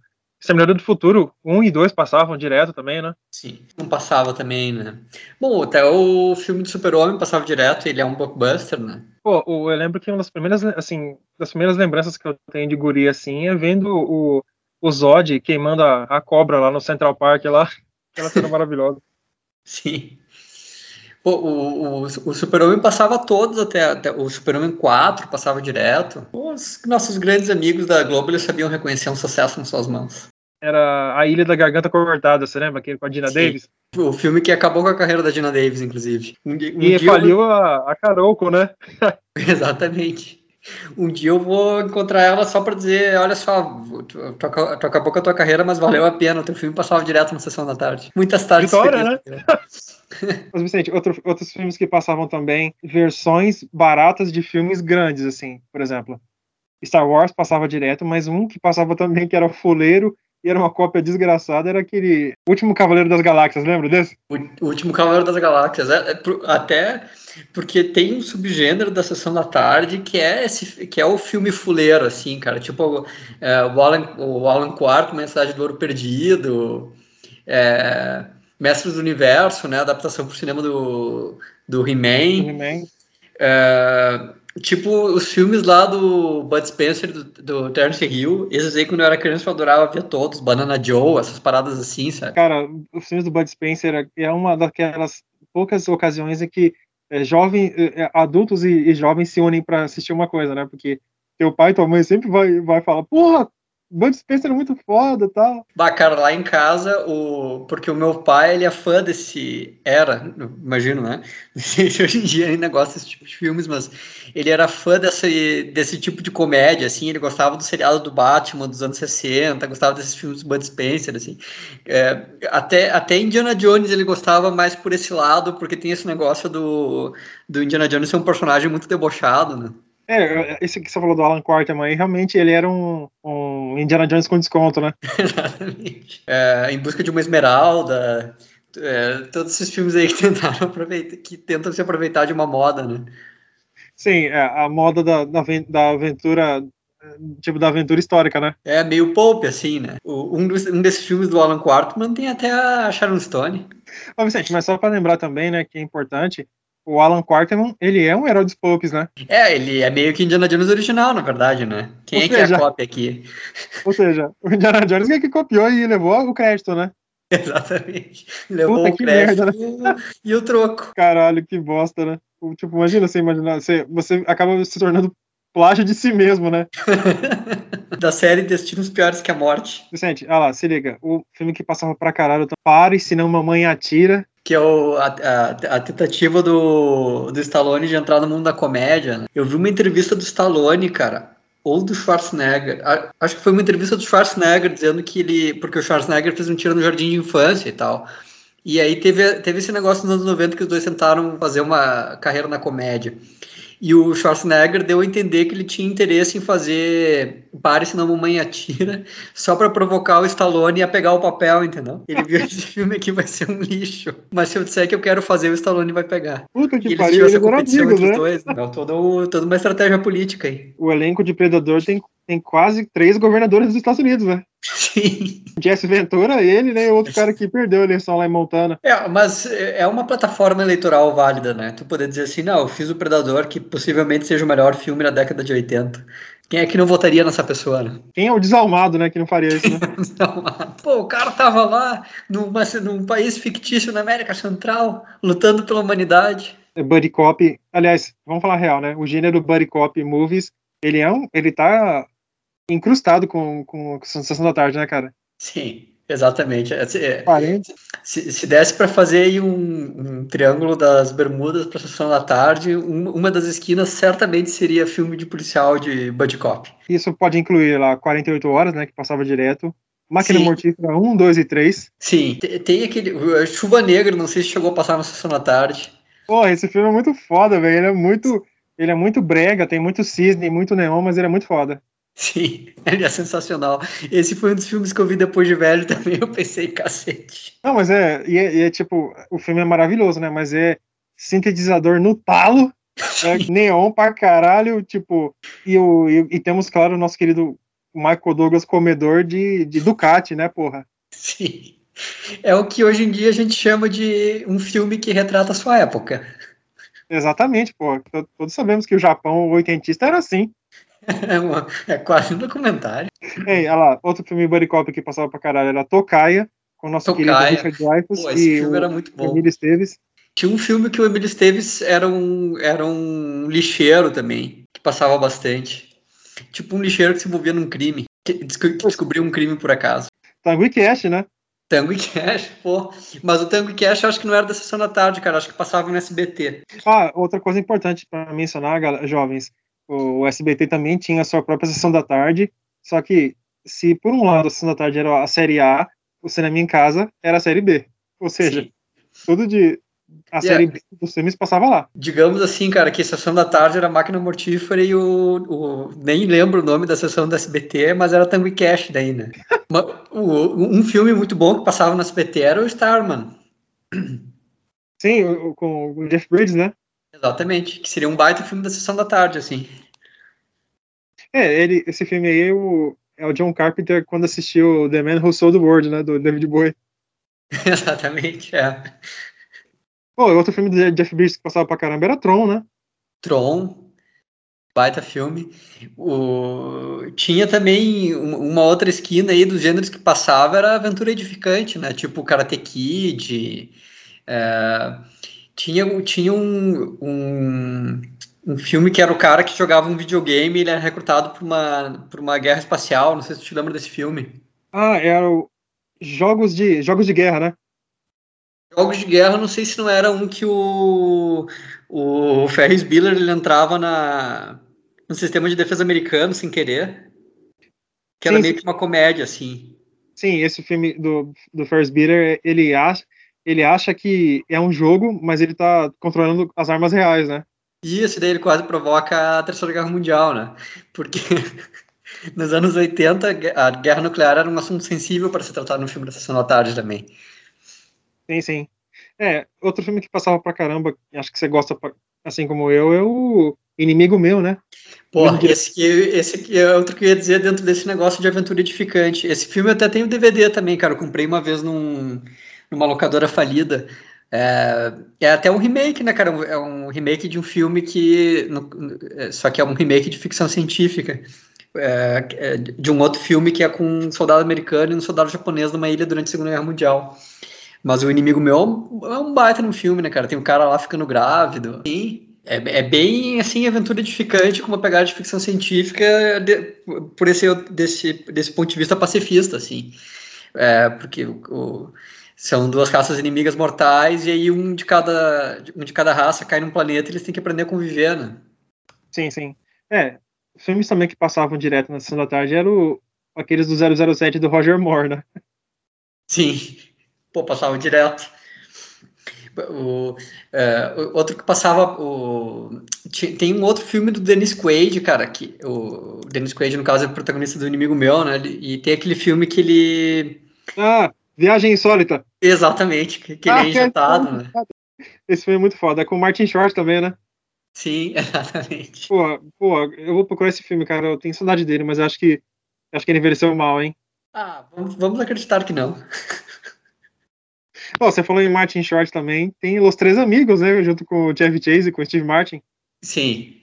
[SPEAKER 1] Exterminador do Futuro, um e dois passavam direto também, né?
[SPEAKER 2] Sim, não passava também, né? Bom, até o filme do Super-Homem passava direto, ele é um blockbuster, né?
[SPEAKER 1] Pô, o- eu lembro que uma das primeiras, assim, das primeiras lembranças que eu tenho de guri, assim, é vendo o, o Zod queimando a, a cobra lá no Central Park, lá. Aquela cena maravilhosa.
[SPEAKER 2] Sim. Pô, o, o, o Super-Homem passava todos até, até o Super-Homem quatro passava direto. Os nossos grandes amigos da Globo, eles sabiam reconhecer um sucesso nas suas mãos.
[SPEAKER 1] Era A Ilha da Garganta Cortada, você lembra? Aquele com a Dina
[SPEAKER 2] Sim.
[SPEAKER 1] Davis?
[SPEAKER 2] O filme que acabou com a carreira da Dina Davis, inclusive. Um, di- um
[SPEAKER 1] E
[SPEAKER 2] dia eu
[SPEAKER 1] faliu
[SPEAKER 2] vou...
[SPEAKER 1] a, a Carolco, né?
[SPEAKER 2] Exatamente. Um dia eu vou encontrar ela só pra dizer, olha só, tu, tu, aca- tu acabou com a tua carreira, mas valeu a pena, o teu filme passava direto na sessão da tarde. Muitas tardes
[SPEAKER 1] Vitória,
[SPEAKER 2] felizes.
[SPEAKER 1] né? Mas, Vicente, outro, outros filmes que passavam também, versões baratas de filmes grandes, assim, por exemplo. Star Wars passava direto, mas um que passava também, que era o Fuleiro, e era uma cópia desgraçada, era aquele Último Cavaleiro das Galáxias, lembra desse?
[SPEAKER 2] O, o Último Cavaleiro das Galáxias. É, é por- até porque tem um subgênero da Sessão da Tarde que é, esse, que é o filme fuleiro, assim, cara. Tipo é, o, Alan, o Alan Quarto, Mensagem do Ouro Perdido, é, Mestres do Universo, né? Adaptação pro cinema do, do
[SPEAKER 1] Do
[SPEAKER 2] He-Man.
[SPEAKER 1] He-Man.
[SPEAKER 2] É, tipo os filmes lá do Bud Spencer, do, do Terence Hill. Esses aí, quando eu era criança, eu adorava ver todos. Banana Joe, essas paradas assim, sabe?
[SPEAKER 1] Cara, os filmes do Bud Spencer é uma daquelas poucas ocasiões em que é, jovem, é, adultos e, e jovens se unem para assistir uma coisa, né? Porque teu pai e tua mãe sempre vai, vai falar, porra, Bud Spencer é muito foda e tal.
[SPEAKER 2] Bah, cara, lá em casa, o... porque o meu pai, ele é fã desse... Era, imagino, né? Não sei se hoje em dia ainda gosta desse tipo de filmes, mas ele era fã desse, desse tipo de comédia, assim, ele gostava do seriado do Batman dos anos sessenta, gostava desses filmes do Bud Spencer, assim. É, até, até Indiana Jones ele gostava mais por esse lado, porque tem esse negócio do, do Indiana Jones ser um personagem muito debochado, né?
[SPEAKER 1] É, esse que você falou do Alan Quarterman aí, realmente ele era um, um Indiana Jones com desconto, né?
[SPEAKER 2] Exatamente. É, Em Busca de uma Esmeralda, é, todos esses filmes aí que tentaram aproveitar, que tentam se aproveitar de uma moda, né?
[SPEAKER 1] Sim, é, a moda da, da, aven- da aventura, tipo, da aventura histórica, né?
[SPEAKER 2] É meio pulp, assim, né? O- um, dos- um desses filmes do Alan Quartman tem até a Sharon Stone.
[SPEAKER 1] Ô, Vicente, mas só para lembrar também, né, que é importante, o Alan Quarterman, ele é um herói dos pulps, né?
[SPEAKER 2] É, ele é meio que Indiana Jones original, na verdade, né?
[SPEAKER 1] Ou
[SPEAKER 2] Quem é que é a
[SPEAKER 1] seja,
[SPEAKER 2] cópia aqui?
[SPEAKER 1] ou seja, o Indiana Jones que, é que copiou e levou o crédito, né?
[SPEAKER 2] Exatamente.
[SPEAKER 1] Puta
[SPEAKER 2] Levou o
[SPEAKER 1] que merda,
[SPEAKER 2] crédito
[SPEAKER 1] né?
[SPEAKER 2] e o, e o troco.
[SPEAKER 1] Caralho, que bosta, né? Tipo, imagina você imaginar, você, você acaba se tornando plágio de si mesmo, né?
[SPEAKER 2] Da série Destinos Piores que a Morte.
[SPEAKER 1] Vicente, olha lá, se liga, o filme que passava pra caralho, então, Pare, senão mamãe atira.
[SPEAKER 2] Que é o, a, a, a tentativa do, do Stallone de entrar no mundo da comédia, né? Eu vi uma entrevista do Stallone, cara, ou do Schwarzenegger. A, acho que foi uma entrevista do Schwarzenegger dizendo que ele. Porque o Schwarzenegger fez um tiro no jardim de infância e tal. E aí teve, teve esse negócio nos anos noventa que os dois tentaram fazer uma carreira na comédia. E o Schwarzenegger deu a entender que ele tinha interesse em fazer Pare Senão a Mamãe Atira, só pra provocar o Stallone a pegar o papel, entendeu? Ele viu esse filme aqui vai ser um lixo, mas se eu disser que eu quero fazer, o Stallone vai pegar.
[SPEAKER 1] Puta
[SPEAKER 2] E
[SPEAKER 1] que
[SPEAKER 2] eles
[SPEAKER 1] pariu,
[SPEAKER 2] tinham essa
[SPEAKER 1] eles eram
[SPEAKER 2] competição
[SPEAKER 1] amigos,
[SPEAKER 2] entre os
[SPEAKER 1] né?
[SPEAKER 2] dois, né? Todo, toda uma estratégia política aí.
[SPEAKER 1] O elenco de Predador tem, tem quase três governadores dos Estados Unidos, né?
[SPEAKER 2] Sim.
[SPEAKER 1] Jesse Ventura, ele, né? E o outro cara que perdeu a eleição lá em Montana.
[SPEAKER 2] É, mas é uma plataforma eleitoral válida, né? Tu poder dizer assim, não, eu fiz o Predador, que possivelmente seja o melhor filme da década de oitenta. Quem é que não votaria nessa pessoa, né?
[SPEAKER 1] Quem é o desalmado, né, que não faria isso, né?
[SPEAKER 2] Não, pô, o cara tava lá numa, num país fictício na América Central, lutando pela humanidade.
[SPEAKER 1] É Buddy Cop, aliás, vamos falar a real, né? O gênero Buddy Cop Movies, ele é um, ele tá incrustado com, com a Sessão da Tarde, né, cara?
[SPEAKER 2] Sim, exatamente. É, Se,
[SPEAKER 1] Parente.
[SPEAKER 2] se, se desse para fazer aí um, um triângulo das Bermudas para a sessão da tarde, um, uma das esquinas certamente seria filme de policial de Buddy Cop.
[SPEAKER 1] Isso pode incluir lá quarenta e oito horas, né, que passava direto. Máquina
[SPEAKER 2] Sim.
[SPEAKER 1] Mortífera um, dois e três.
[SPEAKER 2] Sim, tem, tem aquele. Chuva Negra, não sei se chegou a passar na sessão da tarde.
[SPEAKER 1] Porra, esse filme é muito foda, velho. Ele é muito, ele é muito brega, tem muito cisne, muito neon, mas ele é muito foda.
[SPEAKER 2] Sim, ele é sensacional. Esse foi um dos filmes que eu vi depois de velho também. Eu pensei, cacete.
[SPEAKER 1] Não, mas é, e é, e é tipo, o filme é maravilhoso, né? Mas é sintetizador no talo, é neon pra caralho, tipo, e, o, e, e temos, claro, o nosso querido o Michael Douglas comedor de, de Ducati, né, porra?
[SPEAKER 2] Sim. É o que hoje em dia a gente chama de um filme que retrata a sua época.
[SPEAKER 1] Exatamente, pô. Todos sabemos que o Japão oitentista era assim.
[SPEAKER 2] É, uma, é quase um documentário.
[SPEAKER 1] Ei, olha lá, outro filme buddy cop que passava pra caralho era Tocaia, com o nosso querido
[SPEAKER 2] Tocaia.
[SPEAKER 1] Richard Dreyfuss
[SPEAKER 2] Pô, esse
[SPEAKER 1] e
[SPEAKER 2] filme
[SPEAKER 1] o
[SPEAKER 2] era muito bom.
[SPEAKER 1] Emílio Esteves.
[SPEAKER 2] Tinha um filme que o Emílio Esteves era um, era um lixeiro também, que passava bastante. Tipo um lixeiro que se envolvia num crime, que, que descobriu um crime por acaso.
[SPEAKER 1] Tango e Cash, né?
[SPEAKER 2] Tango e Cash, pô. Mas o Tango e Cash eu acho que não era da Sessão da Tarde, cara. Acho que passava no S B T.
[SPEAKER 1] Ah, outra coisa importante para mencionar, galera, jovens, o S B T também tinha a sua própria Sessão da Tarde, só que se por um lado a Sessão da Tarde era a série A, o Cinema em Casa era a série B. Ou seja, Sim. tudo de... A yeah. série B dos filmes passava lá.
[SPEAKER 2] Digamos assim, cara, que a Sessão da Tarde era Máquina Mortífera e o, o... Nem lembro o nome da sessão do S B T, mas era Tango e Cash daí, né? o, um filme muito bom que passava no S B T era o Starman.
[SPEAKER 1] Sim, o, com o Jeff Bridges, né?
[SPEAKER 2] Exatamente, que seria um baita filme da Sessão da Tarde, assim.
[SPEAKER 1] É, ele, esse filme aí é o, é o John Carpenter quando assistiu The Man Who Sold the World, né, do David Bowie.
[SPEAKER 2] Exatamente, é.
[SPEAKER 1] Pô, outro filme do Jeff Bridges que passava pra caramba era Tron, né?
[SPEAKER 2] Tron, baita filme. O... Tinha também uma outra esquina aí dos gêneros que passava, era Aventura Edificante, né? Tipo Karate Kid. É... Tinha, tinha um, um, um filme que era o cara que jogava um videogame e ele era recrutado por uma, por uma guerra espacial. Não sei se tu te lembra desse filme.
[SPEAKER 1] Ah, era o Jogos de, Jogos de Guerra, né?
[SPEAKER 2] Jogos de Guerra, não sei se não era um que o, o Ferris Bueller ele entrava na, no sistema de defesa americano sem querer. Que sim, era meio sim. que uma comédia, assim.
[SPEAKER 1] Sim, esse filme do, do Ferris Bueller, ele acha, ele acha que é um jogo, mas ele tá controlando as armas reais, né?
[SPEAKER 2] Isso, daí ele quase provoca a Terceira Guerra Mundial, né? Porque nos anos oitenta a guerra nuclear era um assunto sensível para ser tratado no filme da Sessão da Tarde também.
[SPEAKER 1] Sim, sim. É, outro filme que passava pra caramba, acho que você gosta assim como eu, é o Inimigo Meu, né?
[SPEAKER 2] Pô, esse, esse aqui é outro que eu ia dizer dentro desse negócio de aventura edificante. Esse filme eu até tenho D V D também, cara. Eu comprei uma vez num, numa locadora falida. É, é até um remake, né, cara? É um remake de um filme que... No, só que é um remake de ficção científica. É, de um outro filme que é com um soldado americano e um soldado japonês numa ilha durante a Segunda Guerra Mundial. Mas o Inimigo Meu é um baita no filme, né, cara? Tem um cara lá ficando grávido. Sim. É, é bem, assim, aventura edificante, com uma pegada de ficção científica de, por esse desse, desse ponto de vista pacifista, assim. É, porque o, o, são duas raças inimigas mortais e aí um de, cada, um de cada raça cai num planeta e eles têm que aprender a conviver, né?
[SPEAKER 1] Sim, sim. É, filmes também que passavam direto na Sessão da Tarde eram aqueles do zero zero sete do Roger Moore, né?
[SPEAKER 2] Sim. Pô, passavam direto. O, é, outro que passava o, tem um outro filme do Dennis Quaid, cara, que o Dennis Quaid no caso é o protagonista do Inimigo Meu, né, e tem aquele filme que ele
[SPEAKER 1] ah, Viagem Insólita,
[SPEAKER 2] exatamente, que, que ah, ele é injetado, é... né?
[SPEAKER 1] Esse filme é muito foda, é com o Martin Short também, né?
[SPEAKER 2] Sim, exatamente.
[SPEAKER 1] Pô, pô, eu vou procurar esse filme, cara, eu tenho saudade dele, mas eu acho que acho que ele envelheceu mal, hein?
[SPEAKER 2] Ah, vamos, vamos acreditar que não.
[SPEAKER 1] Oh, você falou em Martin Short também. Tem Os Três Amigos, né? Junto com o Chevy Chase e com o Steve Martin.
[SPEAKER 2] Sim.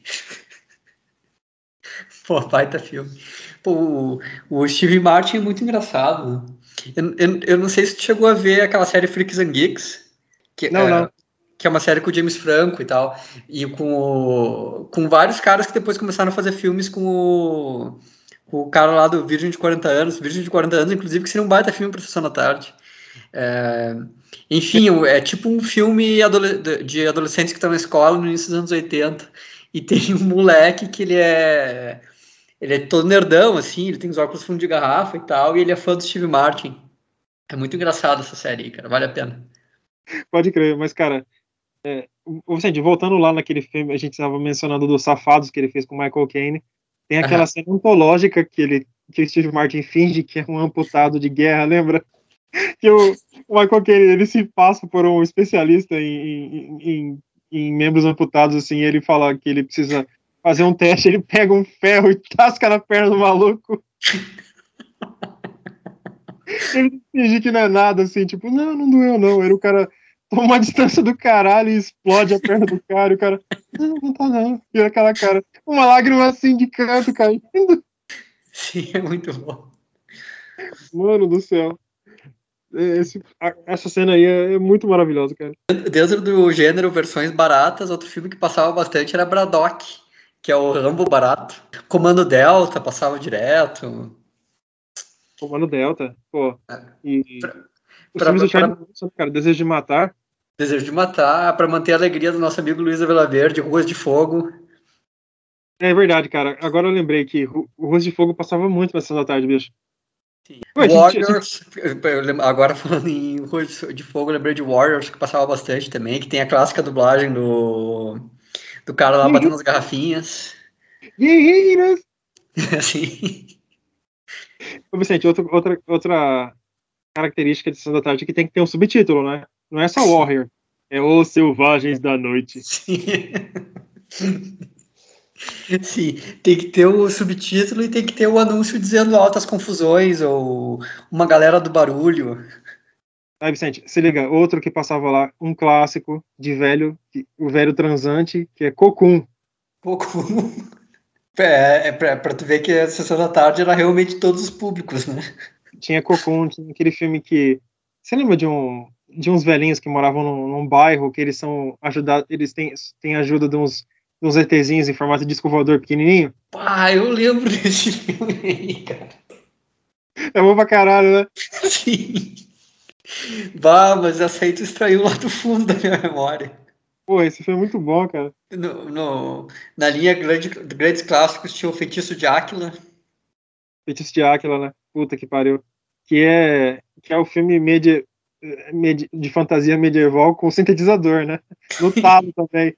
[SPEAKER 2] Pô, baita filme. Pô, o, o Steve Martin é muito engraçado. Eu, eu, eu não sei se tu chegou a ver aquela série Freaks and Geeks. Que,
[SPEAKER 1] não,
[SPEAKER 2] é,
[SPEAKER 1] não.
[SPEAKER 2] Que é uma série com o James Franco e tal. E com, o, com vários caras que depois começaram a fazer filmes com o, com o cara lá do Virgem de quarenta anos. Virgem de quarenta anos, inclusive, que seria um baita filme pra Sessão da Tarde. É, enfim, é tipo um filme de adolescentes que estão na escola no início dos anos oitenta e tem um moleque que ele é ele é todo nerdão, assim, ele tem os óculos fundo de garrafa e tal, e ele é fã do Steve Martin. É muito engraçado essa série aí, cara, vale a pena.
[SPEAKER 1] Pode crer, mas cara, é, Vicente, voltando lá naquele filme, a gente estava mencionando dos Safados que ele fez com o Michael Caine, tem aquela uhum. cena antológica que, ele, que o Steve Martin finge que é um amputado de guerra, lembra? Que o, o Michael Caine, ele se passa por um especialista em, em, em, em membros amputados, assim, ele fala que ele precisa fazer um teste, ele pega um ferro e tasca na perna do maluco. Ele finge que não é nada, assim, tipo, não, não doeu não. Aí o cara toma uma distância do caralho e explode a perna do cara, e o cara, não, não tá não. E aquela cara, uma lágrima assim de canto caindo.
[SPEAKER 2] Sim, é muito bom.
[SPEAKER 1] Mano do céu. Esse, a- essa cena aí é, é muito maravilhosa, cara.
[SPEAKER 2] Dentro do gênero versões baratas, outro filme que passava bastante era Braddock, que é o Rambo barato. Comando Delta passava direto.
[SPEAKER 1] Comando Delta, pô. E
[SPEAKER 2] Pra,
[SPEAKER 1] os
[SPEAKER 2] pra,
[SPEAKER 1] filmes do Charlie
[SPEAKER 2] pra-
[SPEAKER 1] Manson, cara, Desejo de Matar.
[SPEAKER 2] Desejo de Matar, para manter a alegria do nosso amigo Luiz Verde, Ruas de Fogo.
[SPEAKER 1] É verdade, cara. Agora eu lembrei que o o Rosto de Fogo passava muito na sessão da tarde, bicho.
[SPEAKER 2] Sim.
[SPEAKER 1] Ué, a gente, a gente-
[SPEAKER 2] Warriors, eu lem- agora falando em Ruas de Fogo, eu lembrei de Warriors, que passava bastante também, que tem a clássica dublagem do, do cara lá batendo as garrafinhas.
[SPEAKER 1] Guerreiras!
[SPEAKER 2] Assim.
[SPEAKER 1] Ô, Vicente, outra, outra, outra característica de Sessão da Tarde é que tem que ter um subtítulo, né? Não é só Warrior. É Os Selvagens da Noite.
[SPEAKER 2] Sim. Sim, tem que ter o subtítulo e tem que ter o anúncio dizendo altas confusões ou uma galera do barulho.
[SPEAKER 1] Aí, Vicente, se liga, outro que passava lá, um clássico de velho, que- o velho transante, que é Cocoon.
[SPEAKER 2] Pouco. É, é pra, pra tu ver que a sessão da tarde era realmente todos os públicos, né?
[SPEAKER 1] Tinha Cocoon, tinha aquele filme que. Você lembra de um de uns velhinhos que moravam num, num bairro que eles são ajudados, eles têm, têm ajuda de uns, de uns ETzinhos em formato de disco voador pequenininho?
[SPEAKER 2] Ah, eu lembro desse filme aí, cara.
[SPEAKER 1] É bom pra caralho, né?
[SPEAKER 2] Sim. Bah, mas essa aí tu extraiu lá do fundo da minha memória.
[SPEAKER 1] Pô, esse filme é muito bom, cara.
[SPEAKER 2] No, no- na linha grande, grandes clássicos tinha o Feitiço de Áquila.
[SPEAKER 1] Feitiço de Áquila, né? Puta que pariu. Que é, que é o filme medi, medi, de fantasia medieval com sintetizador, né? No talo também.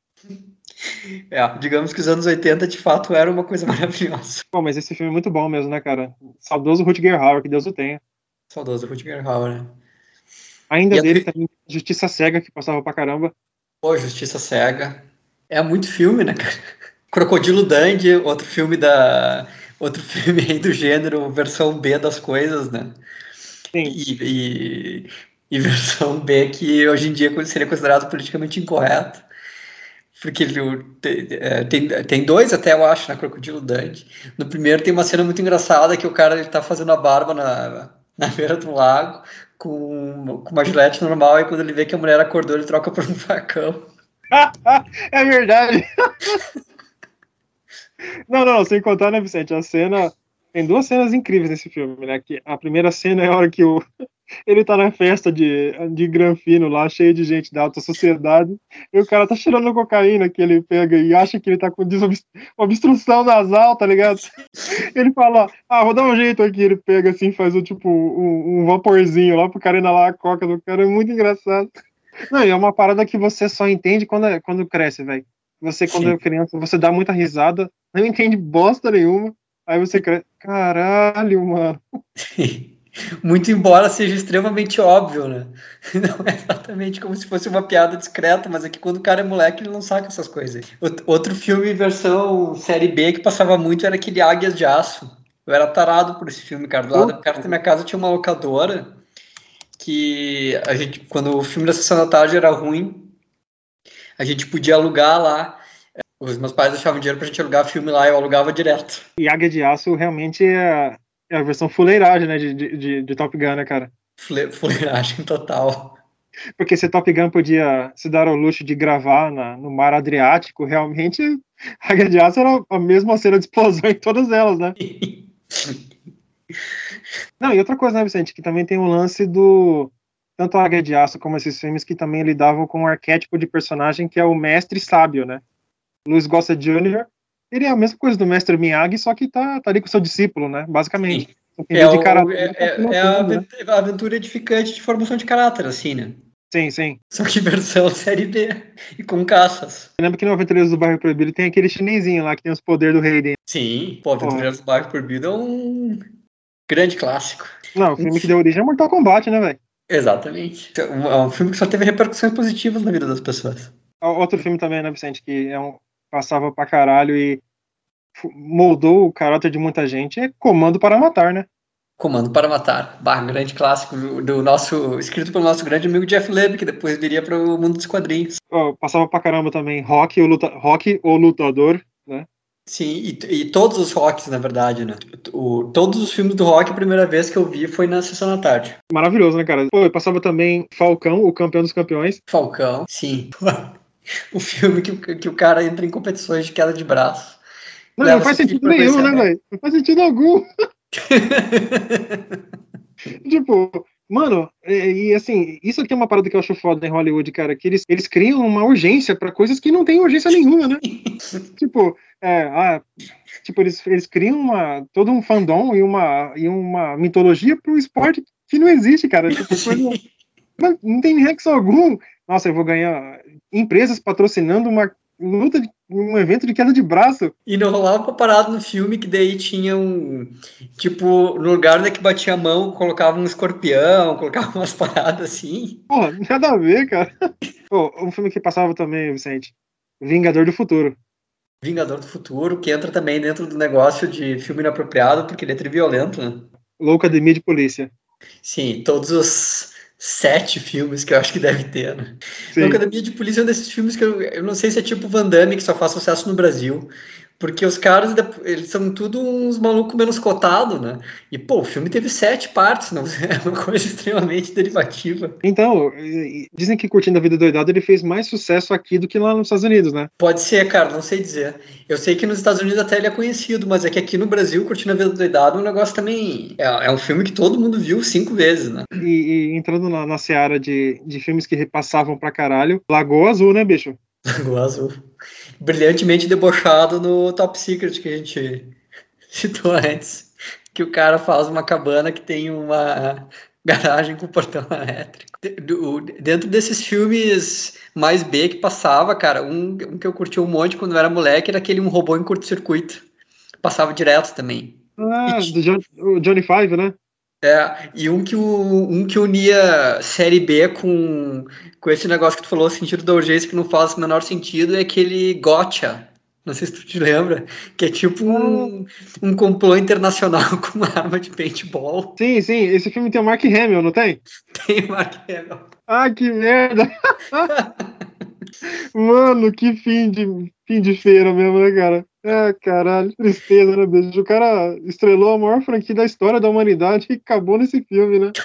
[SPEAKER 2] É, digamos que os anos oitenta de fato era uma coisa maravilhosa.
[SPEAKER 1] Pô, mas esse filme é muito bom mesmo, né, cara? Saudoso Rutger Hauer, que Deus o tenha.
[SPEAKER 2] Saudoso Rutger Hauer, né? E
[SPEAKER 1] Ainda
[SPEAKER 2] a do,
[SPEAKER 1] dele também, Justiça Cega, que passava pra caramba.
[SPEAKER 2] pô, Justiça Cega. É muito filme, né, cara? Crocodilo Dundee, outro filme da. Outro filme aí do gênero, versão B das coisas, né?
[SPEAKER 1] Sim.
[SPEAKER 2] E, e, e versão B que hoje em dia seria considerado politicamente incorreto. Porque ele tem, é, tem, tem dois até, eu acho, na Crocodilo Dundee. No primeiro tem uma cena muito engraçada que o cara ele tá fazendo a barba na, na beira do lago com, com uma gilete normal e quando ele vê que a mulher acordou, ele troca por um facão.
[SPEAKER 1] É verdade. Não, não, sem contar, né, Vicente? A cena. Tem duas cenas incríveis nesse filme, né? Que a primeira cena é a hora que o, ele tá na festa de, de granfino lá, cheio de gente da alta sociedade, e o cara tá cheirando cocaína que ele pega e acha que ele tá com desobst- obstrução nasal, tá ligado? Ele fala, ah, vou dar um jeito aqui. Ele pega assim, faz o tipo um, um vaporzinho lá pro cara inalar a coca do cara. É muito engraçado. Não, e é uma parada que você só entende quando, é- quando cresce, velho. Você, quando é
[SPEAKER 2] Sim.
[SPEAKER 1] criança, você dá muita risada, não entende bosta nenhuma. Aí você cresce. Caralho, mano.
[SPEAKER 2] Muito embora seja extremamente óbvio, né? Não é exatamente como se fosse uma piada discreta, mas é que quando o cara é moleque, ele não saca essas coisas. Outro filme versão série B que passava muito era aquele Águias de Aço. Eu era tarado por esse filme, cara. Do lado perto da minha casa tinha uma locadora que a gente, quando o filme da Sessão da Tarde era ruim, a gente podia alugar lá. Os meus pais deixavam dinheiro pra gente alugar filme lá e eu alugava direto.
[SPEAKER 1] E Águia de Aço realmente é, é a versão fuleiragem, né, de, de, de, de Top Gun, né, cara?
[SPEAKER 2] Fuleiragem total.
[SPEAKER 1] Porque se Top Gun podia se dar ao luxo de gravar na, no mar Adriático, realmente Águia de Aço era a mesma cena de explosão em todas elas, né? Não, e outra coisa, né, Vicente, que também tem o lance do tanto a Águia de Aço como esses filmes que também lidavam com um arquétipo de personagem que é o mestre sábio, né? Luiz Gossett Júnior, ele é a mesma coisa do mestre Miyagi, só que tá, tá ali com o seu discípulo, né? Basicamente. Em
[SPEAKER 2] É,
[SPEAKER 1] vez de
[SPEAKER 2] o,
[SPEAKER 1] karatê,
[SPEAKER 2] é,
[SPEAKER 1] ele tá
[SPEAKER 2] é é a
[SPEAKER 1] pilotando, né?
[SPEAKER 2] avent- a aventura edificante de formação de caráter, assim, né?
[SPEAKER 1] Sim, sim.
[SPEAKER 2] Só que versão série B e com caças.
[SPEAKER 1] Lembra que no Aventureiros do Bairro Proibido tem aquele chinesinho lá que tem os poderes do rei dentro.
[SPEAKER 2] Sim, pô,
[SPEAKER 1] Porra.
[SPEAKER 2] Aventureiros do Bairro Proibido é um grande clássico.
[SPEAKER 1] Não, o
[SPEAKER 2] Um
[SPEAKER 1] filme que
[SPEAKER 2] fi-
[SPEAKER 1] deu origem é Mortal Kombat, né, velho?
[SPEAKER 2] Exatamente. É um, é um filme que só teve repercussões positivas na vida das pessoas.
[SPEAKER 1] Outro filme também, né, Vicente, que é um, passava pra caralho e moldou o caráter de muita gente é Comando para Matar, né?
[SPEAKER 2] Comando para Matar, bah, grande clássico do, do nosso, escrito pelo nosso grande amigo Jeff Leb, que depois viria para o mundo dos quadrinhos.
[SPEAKER 1] Oh, passava pra caramba também Rock, o, luta, Rock, o Lutador, né?
[SPEAKER 2] Sim, e, e todos os Rocks, na verdade, né? O, todos os filmes do Rock, a primeira vez que eu vi foi na Sessão da Tarde.
[SPEAKER 1] Maravilhoso, né, cara? Pô, eu passava também Falcão, o Campeão dos Campeões.
[SPEAKER 2] Falcão, sim. O filme que, que o cara entra em competições de queda de braço.
[SPEAKER 1] Não, não faz sentido nenhum, né, velho? Não faz sentido algum. Tipo, mano, e, e assim, isso aqui é uma parada que eu acho foda em Hollywood, cara, que eles, eles criam uma urgência pra coisas que não tem urgência nenhuma, né? Tipo, é, ah, tipo eles, eles criam uma, todo um fandom e uma, e uma mitologia pro esporte que não existe, cara. Tipo, coisa, não, não tem nexo algum. Nossa, eu vou ganhar empresas patrocinando uma luta, de, um evento de queda de braço.
[SPEAKER 2] E não rolava uma parada no filme que daí tinha um, tipo, no lugar onde que batia a mão, colocava um escorpião, colocava umas paradas assim.
[SPEAKER 1] Porra, nada a ver, cara. Pô, um filme que passava também, Vicente, Vingador do Futuro.
[SPEAKER 2] Vingador do Futuro, que entra também dentro do negócio de filme inapropriado, porque ele é triviolento, né?
[SPEAKER 1] Loucademia de Polícia.
[SPEAKER 2] Sim, todos os sete filmes que eu acho que deve ter, né? Loucademia de Polícia é um desses filmes que eu, eu não sei se é tipo Van Damme, que só faz sucesso no Brasil, porque os caras, eles são tudo uns malucos menos cotados, né? E, pô, o filme teve sete partes, não é uma coisa extremamente derivativa.
[SPEAKER 1] Então, dizem que Curtindo a Vida Doidado ele fez mais sucesso aqui do que lá nos Estados Unidos, né?
[SPEAKER 2] Pode ser, cara, não sei dizer. Eu sei que nos Estados Unidos até ele é conhecido, mas é que aqui no Brasil, Curtindo a Vida Doidado é um negócio também... É, é um filme que todo mundo viu cinco vezes, né?
[SPEAKER 1] E, e entrando na, na seara de, de filmes que repassavam pra caralho, Lagoa Azul, né, bicho?
[SPEAKER 2] Lagoa Azul. Brilhantemente debochado no Top Secret que a gente citou antes. Que o cara faz uma cabana que tem uma garagem com portão elétrico. Dentro desses filmes mais B que passava, cara, um, um que eu curti um monte quando eu era moleque era aquele Um Robô em Curto-Circuito. Passava direto também.
[SPEAKER 1] Ah, do John, o Johnny Five, né?
[SPEAKER 2] É, e um que, o, um que unia série B com, com esse negócio que tu falou, sentido da urgência, que não faz o menor sentido, é aquele Gotcha. Não sei se tu te lembra, que é tipo um, um complô internacional com uma arma de paintball.
[SPEAKER 1] Sim, sim, esse filme tem o Mark Hamill, não tem?
[SPEAKER 2] Tem o Mark Hamill.
[SPEAKER 1] Ah, que merda! Mano, que fim de, fim de feira mesmo, né, cara? É, caralho, tristeza, né, bicho? O cara estrelou a maior franquia da história da humanidade e acabou nesse filme, né?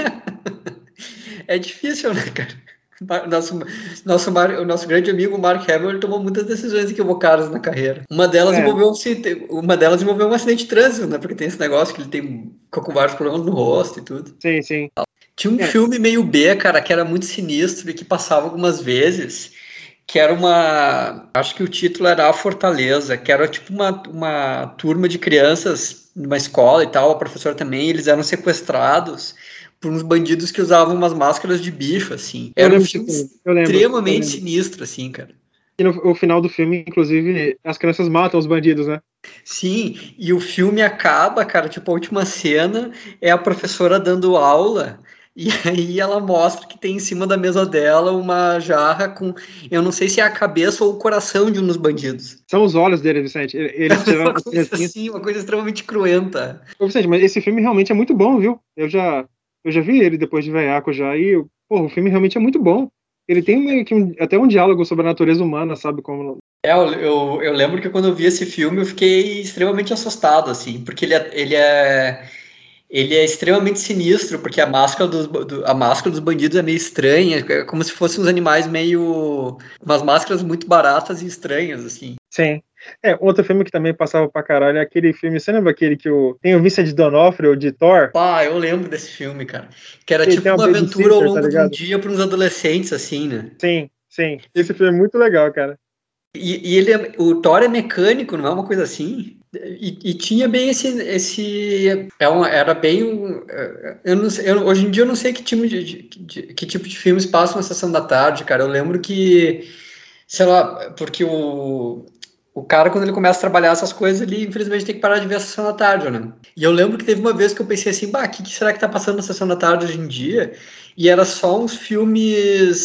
[SPEAKER 2] É difícil, né, cara? Nosso, nosso, o nosso grande amigo Mark Hamill ele tomou muitas decisões equivocadas na carreira. Uma delas, é. envolveu, uma delas envolveu um acidente de trânsito, né? Porque tem esse negócio que ele tem ficou com vários problemas no rosto e tudo.
[SPEAKER 1] Sim, sim.
[SPEAKER 2] Tinha um é. filme meio B, cara, que era muito sinistro e que passava algumas vezes, que era uma... Acho que o título era A Fortaleza, que era tipo uma, uma turma de crianças numa escola e tal, a professora também, eles eram sequestrados por uns bandidos que usavam umas máscaras de bicho, assim. Era um filme extremamente sinistro, assim, cara.
[SPEAKER 1] E no, no final do filme, inclusive, as crianças matam os bandidos, né?
[SPEAKER 2] Sim, e o filme acaba, cara, tipo, a última cena é a professora dando aula, e aí ela mostra que tem em cima da mesa dela uma jarra com, eu não sei se é a cabeça ou o coração de um dos bandidos.
[SPEAKER 1] São os olhos dele, Vicente. Eles
[SPEAKER 2] tiram uma coisa assim, uma coisa extremamente cruenta.
[SPEAKER 1] Ô, Vicente, mas esse filme realmente é muito bom, viu? Eu já... Eu já vi ele depois de Veiaco já, e pô, o filme realmente é muito bom. Ele tem meio que um, até um diálogo sobre a natureza humana, sabe? Como...
[SPEAKER 2] É, eu, eu, eu lembro que quando eu vi esse filme eu fiquei extremamente assustado, assim, porque ele é, ele é, ele é extremamente sinistro, porque a máscara, dos, do, a máscara dos bandidos é meio estranha, é como se fossem uns animais meio... umas máscaras muito baratas e estranhas, assim.
[SPEAKER 1] Sim. É, outro filme que também passava pra caralho é aquele filme, você lembra aquele que o, tem o Vincent D'Onofrio, de Thor?
[SPEAKER 2] Ah, eu lembro desse filme, cara. Que era que tipo uma, uma aventura ao longo tá de um dia para uns adolescentes, assim, né?
[SPEAKER 1] Sim, sim. Esse filme é muito legal, cara.
[SPEAKER 2] E, e ele é, o Thor é mecânico, não é uma coisa assim? E, e tinha bem esse... esse é uma, era bem... Um, eu não sei, eu, hoje em dia eu não sei que tipo de, de, de, que tipo de filmes passam na sessão da tarde, cara. Eu lembro que, sei lá, porque o... O cara, quando ele começa a trabalhar essas coisas, ele infelizmente tem que parar de ver a sessão da tarde, né? E eu lembro que teve uma vez que eu pensei assim, bah, o que, que será que tá passando na sessão da tarde hoje em dia? E era só uns filmes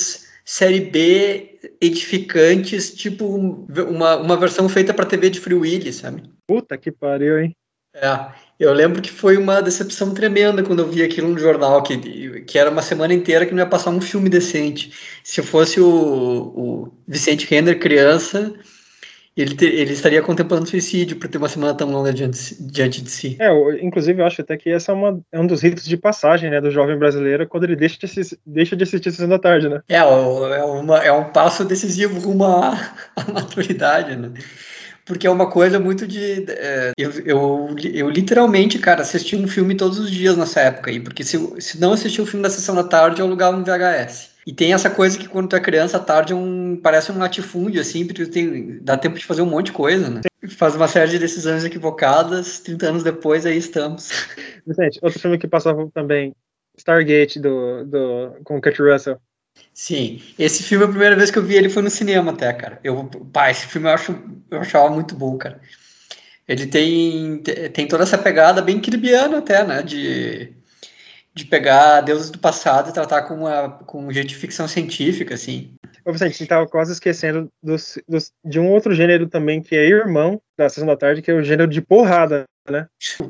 [SPEAKER 2] série B edificantes, tipo uma, uma versão feita para T V de Free Willy, sabe?
[SPEAKER 1] Puta que pariu, hein?
[SPEAKER 2] É, eu lembro que foi uma decepção tremenda quando eu vi aquilo no jornal, que, que era uma semana inteira que não ia passar um filme decente. Se fosse o, o Vicente Renner criança, ele, ter, ele estaria contemplando suicídio por ter uma semana tão longa diante, diante de si.
[SPEAKER 1] É, eu, inclusive eu acho até que esse é, uma, é um dos ritos de passagem, né, do jovem brasileiro quando ele deixa de, deixa de assistir Sessão da Tarde, né?
[SPEAKER 2] É, é, uma, é um passo decisivo rumo à, à maturidade, né? Porque é uma coisa muito de... É, eu, eu, eu literalmente, cara, assisti um filme todos os dias nessa época aí, porque se, se não assistir o filme da Sessão da Tarde, eu alugava um V H S. E tem essa coisa que quando tu é criança, à tarde é um, parece um latifúndio, assim, porque tu tem, dá tempo de fazer um monte de coisa, né? Faz uma série de decisões equivocadas, trinta anos depois, aí estamos.
[SPEAKER 1] Vicente, outro filme que passava também, Stargate, do, do, com o Kurt Russell.
[SPEAKER 2] Sim, esse filme, a primeira vez que eu vi ele foi no cinema até, cara. Eu, pá, esse filme eu, acho, eu achava muito bom, cara. Ele tem, tem toda essa pegada bem kirbiana até, né, de, de pegar deuses do passado e tratar com, uma, com um jeito de ficção científica, assim.
[SPEAKER 1] Ô, Vicente, você tava quase esquecendo dos, dos, de um outro gênero também, que é irmão da Sessão da Tarde, que é o gênero de porrada, né?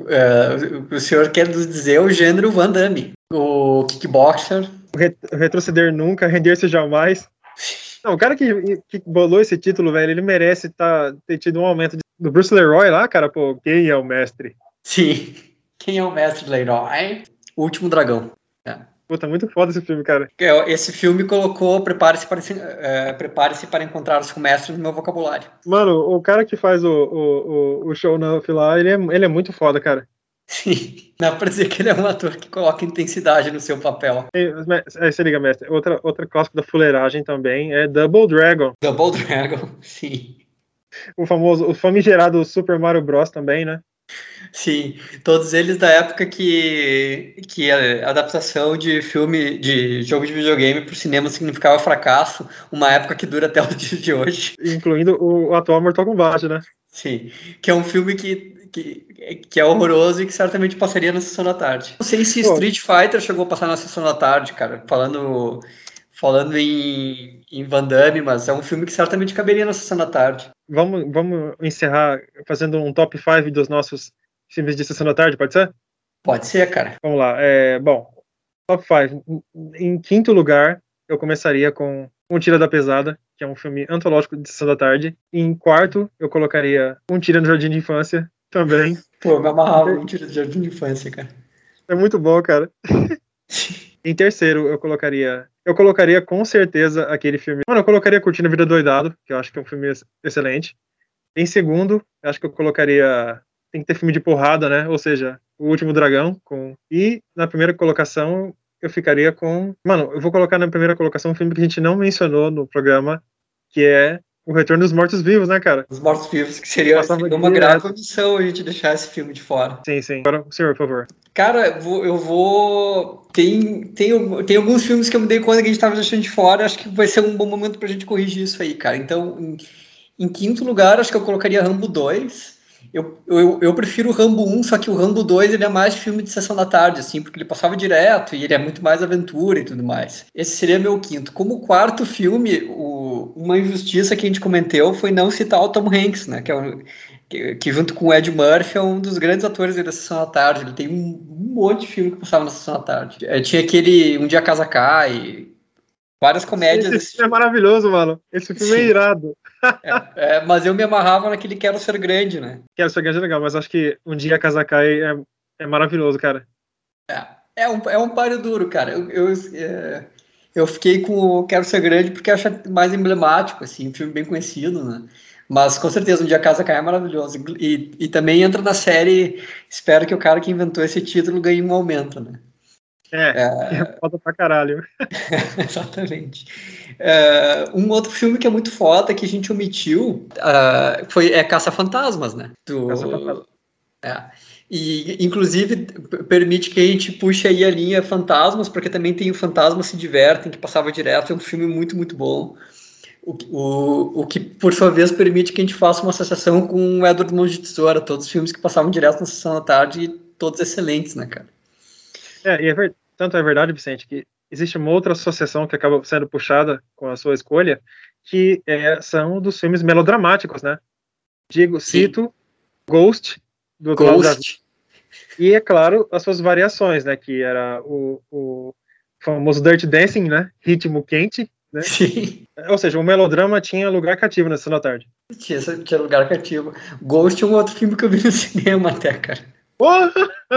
[SPEAKER 2] Uh, o senhor quer nos dizer o gênero Van Damme, o kickboxer.
[SPEAKER 1] O retroceder nunca, render-se jamais. Não, o cara que, que bolou esse título, velho, ele merece tá, ter tido um aumento de, do Bruce Leroy lá, cara, pô, quem é o mestre?
[SPEAKER 2] Sim, quem é o mestre Leroy? O Último Dragão. É.
[SPEAKER 1] Puta, muito foda esse filme, cara.
[SPEAKER 2] Esse filme colocou Prepare-se para, uh, prepare-se para encontrar-se com o mestre no meu vocabulário.
[SPEAKER 1] Mano, o cara que faz o, o, o, o show na lá, ele é, ele é muito foda, cara.
[SPEAKER 2] Sim, dá pra dizer que ele é um ator que coloca intensidade no seu papel.
[SPEAKER 1] Aí você liga, mestre. Outra, outra clássico da fuleiragem também é Double Dragon.
[SPEAKER 2] Double Dragon, sim.
[SPEAKER 1] O famoso, o famigerado Super Mario Bros. Também, né?
[SPEAKER 2] Sim, todos eles da época que, que a adaptação de filme, de jogo de videogame para o cinema significava fracasso, uma época que dura até os dias de hoje.
[SPEAKER 1] Incluindo o, o atual Mortal Kombat, né?
[SPEAKER 2] Sim, que é um filme que, que, que é horroroso e que certamente passaria na Sessão da Tarde. Não sei se Pô. Street Fighter chegou a passar na Sessão da Tarde, cara, falando, falando em, em Van Damme, mas é um filme que certamente caberia na Sessão da Tarde.
[SPEAKER 1] Vamos, vamos encerrar fazendo um top cinco dos nossos filmes de Sessão da Tarde, pode ser?
[SPEAKER 2] Pode ser, cara.
[SPEAKER 1] Vamos lá. É, bom, top cinco. Em quinto lugar, eu começaria com Um Tira da Pesada, que é um filme antológico de Sessão da Tarde. Em quarto, eu colocaria Um Tira no Jardim de Infância, também.
[SPEAKER 2] Pô, me amarrava Um Tira no Jardim de Infância, cara.
[SPEAKER 1] É muito bom, cara. Em terceiro, eu colocaria... Eu colocaria com certeza aquele filme... Mano, eu colocaria Curtindo a Vida Doidado, que eu acho que é um filme excelente. Em segundo, eu acho que eu colocaria... Tem que ter filme de porrada, né? Ou seja, O Último Dragão. Com... E na primeira colocação, eu ficaria com... Mano, eu vou colocar na primeira colocação um filme que a gente não mencionou no programa, que é O Retorno dos Mortos-Vivos, né, cara?
[SPEAKER 2] Os Mortos-Vivos, que seria, seria uma grave omissão a gente deixar esse filme de fora.
[SPEAKER 1] Sim, sim. Agora, o senhor, por favor.
[SPEAKER 2] Cara, eu vou... Eu vou... Tem, tem, tem alguns filmes que eu me dei conta que a gente tava deixando de fora, acho que vai ser um bom momento pra gente corrigir isso aí, cara. Então, em, em quinto lugar, acho que eu colocaria Rambo dois. Eu, eu, eu prefiro o Rambo um, só que o Rambo dois ele é mais filme de Sessão da Tarde, assim, porque ele passava direto e ele é muito mais aventura e tudo mais. Esse seria meu quinto. Como quarto filme, o, uma injustiça que a gente cometeu foi não citar o Tom Hanks, né, que, é um, que, que junto com o Ed Murphy é um dos grandes atores da Sessão da Tarde. Ele tem um, um monte de filme que passava na Sessão da Tarde. É, tinha aquele Um Dia a Casa Cai, várias comédias.
[SPEAKER 1] Esse filme é maravilhoso, mano. Esse filme Sim. é irado.
[SPEAKER 2] É, é, mas eu me amarrava naquele Quero Ser Grande, né?
[SPEAKER 1] Quero Ser Grande é legal, mas acho que Um Dia a Casa Cai é, é maravilhoso, cara.
[SPEAKER 2] É, é um, é um páreo duro, cara. Eu, eu, é, eu fiquei com o Quero Ser Grande porque acho mais emblemático, assim, um filme bem conhecido, né? Mas com certeza Um Dia a Casa Cai é maravilhoso. E, e também entra na série, espero que o cara que inventou esse título ganhe um aumento, né?
[SPEAKER 1] É, é, é foda pra caralho.
[SPEAKER 2] Exatamente. Uh, um outro filme que é muito foda, que a gente omitiu, uh, foi, é Caça-Fantasmas, né? Do,
[SPEAKER 1] Caça-Fantasmas.
[SPEAKER 2] É. E, inclusive, permite que a gente puxe aí a linha Fantasmas, porque também tem o Fantasmas Se Divertem, que passava direto, é um filme muito, muito bom. O, o, o que, por sua vez, permite que a gente faça uma associação com o Edward Mãos de Tesoura, todos os filmes que passavam direto na Sessão da Tarde, e todos excelentes, né, cara?
[SPEAKER 1] É, e é ver... tanto é verdade, Vicente, que existe uma outra associação que acaba sendo puxada com a sua escolha, que é, são dos filmes melodramáticos, né? Digo, cito Sim. Ghost, do outro Ghost. lado da vida. E, é claro, as suas variações, né? Que era o, o famoso Dirty Dancing, né? Ritmo quente, né?
[SPEAKER 2] Sim.
[SPEAKER 1] Ou seja, o melodrama tinha lugar cativo na Sessão da Tarde.
[SPEAKER 2] Tinha, tinha lugar cativo. Ghost é um outro filme que eu vi no cinema até, cara.
[SPEAKER 1] Porra!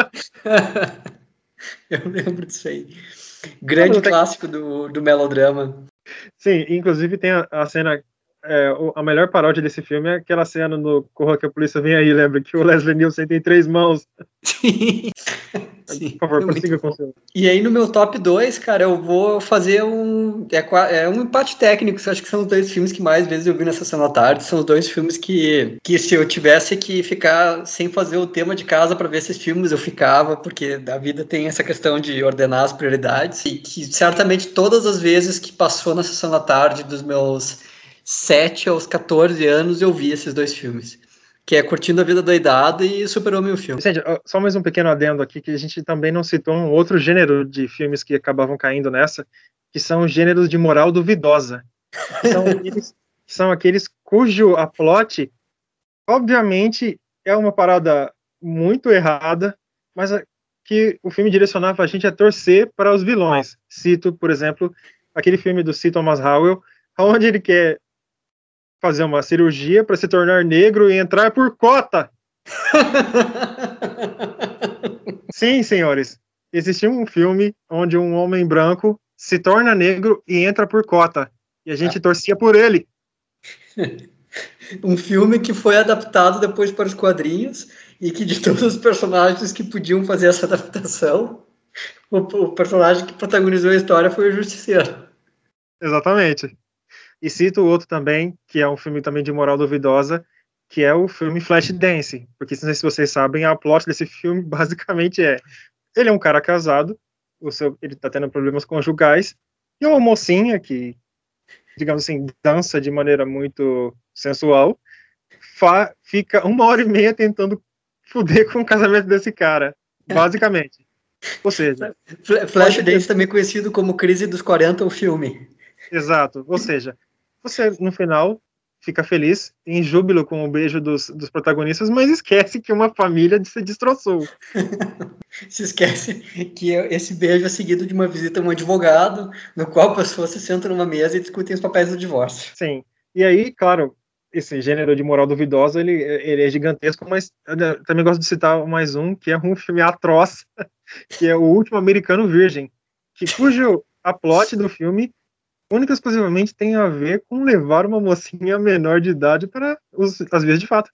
[SPEAKER 2] Eu lembro disso aí. Grande Não, clássico tem... do, do melodrama.
[SPEAKER 1] Sim, inclusive tem a, a cena, é, a melhor paródia desse filme é aquela cena no Corra que a Polícia Vem Aí, lembra? Que o Leslie Nielsen tem três mãos.
[SPEAKER 2] Sim. Sim.
[SPEAKER 1] Por favor, prossiga com o seu.
[SPEAKER 2] E aí no meu top dois, cara, eu vou fazer um é, é um empate técnico, eu acho que são os dois filmes que mais vezes eu vi na Sessão da Tarde, são os dois filmes que, que se eu tivesse que ficar sem fazer o tema de casa para ver esses filmes, eu ficava, porque a vida tem essa questão de ordenar as prioridades, e que certamente todas as vezes que passou na Sessão da Tarde, dos meus sete aos quatorze anos, eu vi esses dois filmes. Que é Curtindo a Vida Doidado e Super-Homem o Filme.
[SPEAKER 1] Gente, só mais um pequeno adendo aqui, que a gente também não citou um outro gênero de filmes que acabavam caindo nessa, que são os gêneros de moral duvidosa. Que são, aqueles, são aqueles cujo a plot, obviamente, é uma parada muito errada, mas que o filme direcionava a gente a torcer para os vilões. Cito, por exemplo, aquele filme do C. Thomas Howell, onde ele quer fazer uma cirurgia para se tornar negro e entrar por cota. Sim, senhores. Existiu um filme onde um homem branco se torna negro e entra por cota. E a gente ah. torcia por ele.
[SPEAKER 2] Um filme que foi adaptado depois para os quadrinhos e que de todos os personagens que podiam fazer essa adaptação, o, o personagem que protagonizou a história foi o Justiceiro.
[SPEAKER 1] Exatamente. E cito o outro também, que é um filme também de moral duvidosa, que é o filme Flashdance. Porque, não sei se vocês sabem, a plot desse filme basicamente é: ele é um cara casado, o seu, ele tá tendo problemas conjugais, e uma mocinha que, digamos assim, dança de maneira muito sensual, fa, fica uma hora e meia tentando foder com o casamento desse cara, basicamente. Ou seja...
[SPEAKER 2] Flashdance também conhecido como Crise dos quarenta, o filme.
[SPEAKER 1] Exato, ou seja... Você, no final, fica feliz, em júbilo com o beijo dos, dos protagonistas, mas esquece que uma família se destroçou.
[SPEAKER 2] Se esquece que esse beijo é seguido de uma visita a um advogado, no qual a pessoa se senta numa mesa e discutem os papéis do divórcio.
[SPEAKER 1] Sim. E aí, claro, esse gênero de moral duvidosa, ele, ele é gigantesco, mas eu também gosto de citar mais um, que é um filme atroz, que é O Último Americano Virgem, que, cujo a plot do filme única e exclusivamente tem a ver com levar uma mocinha menor de idade para os, as vias de fato.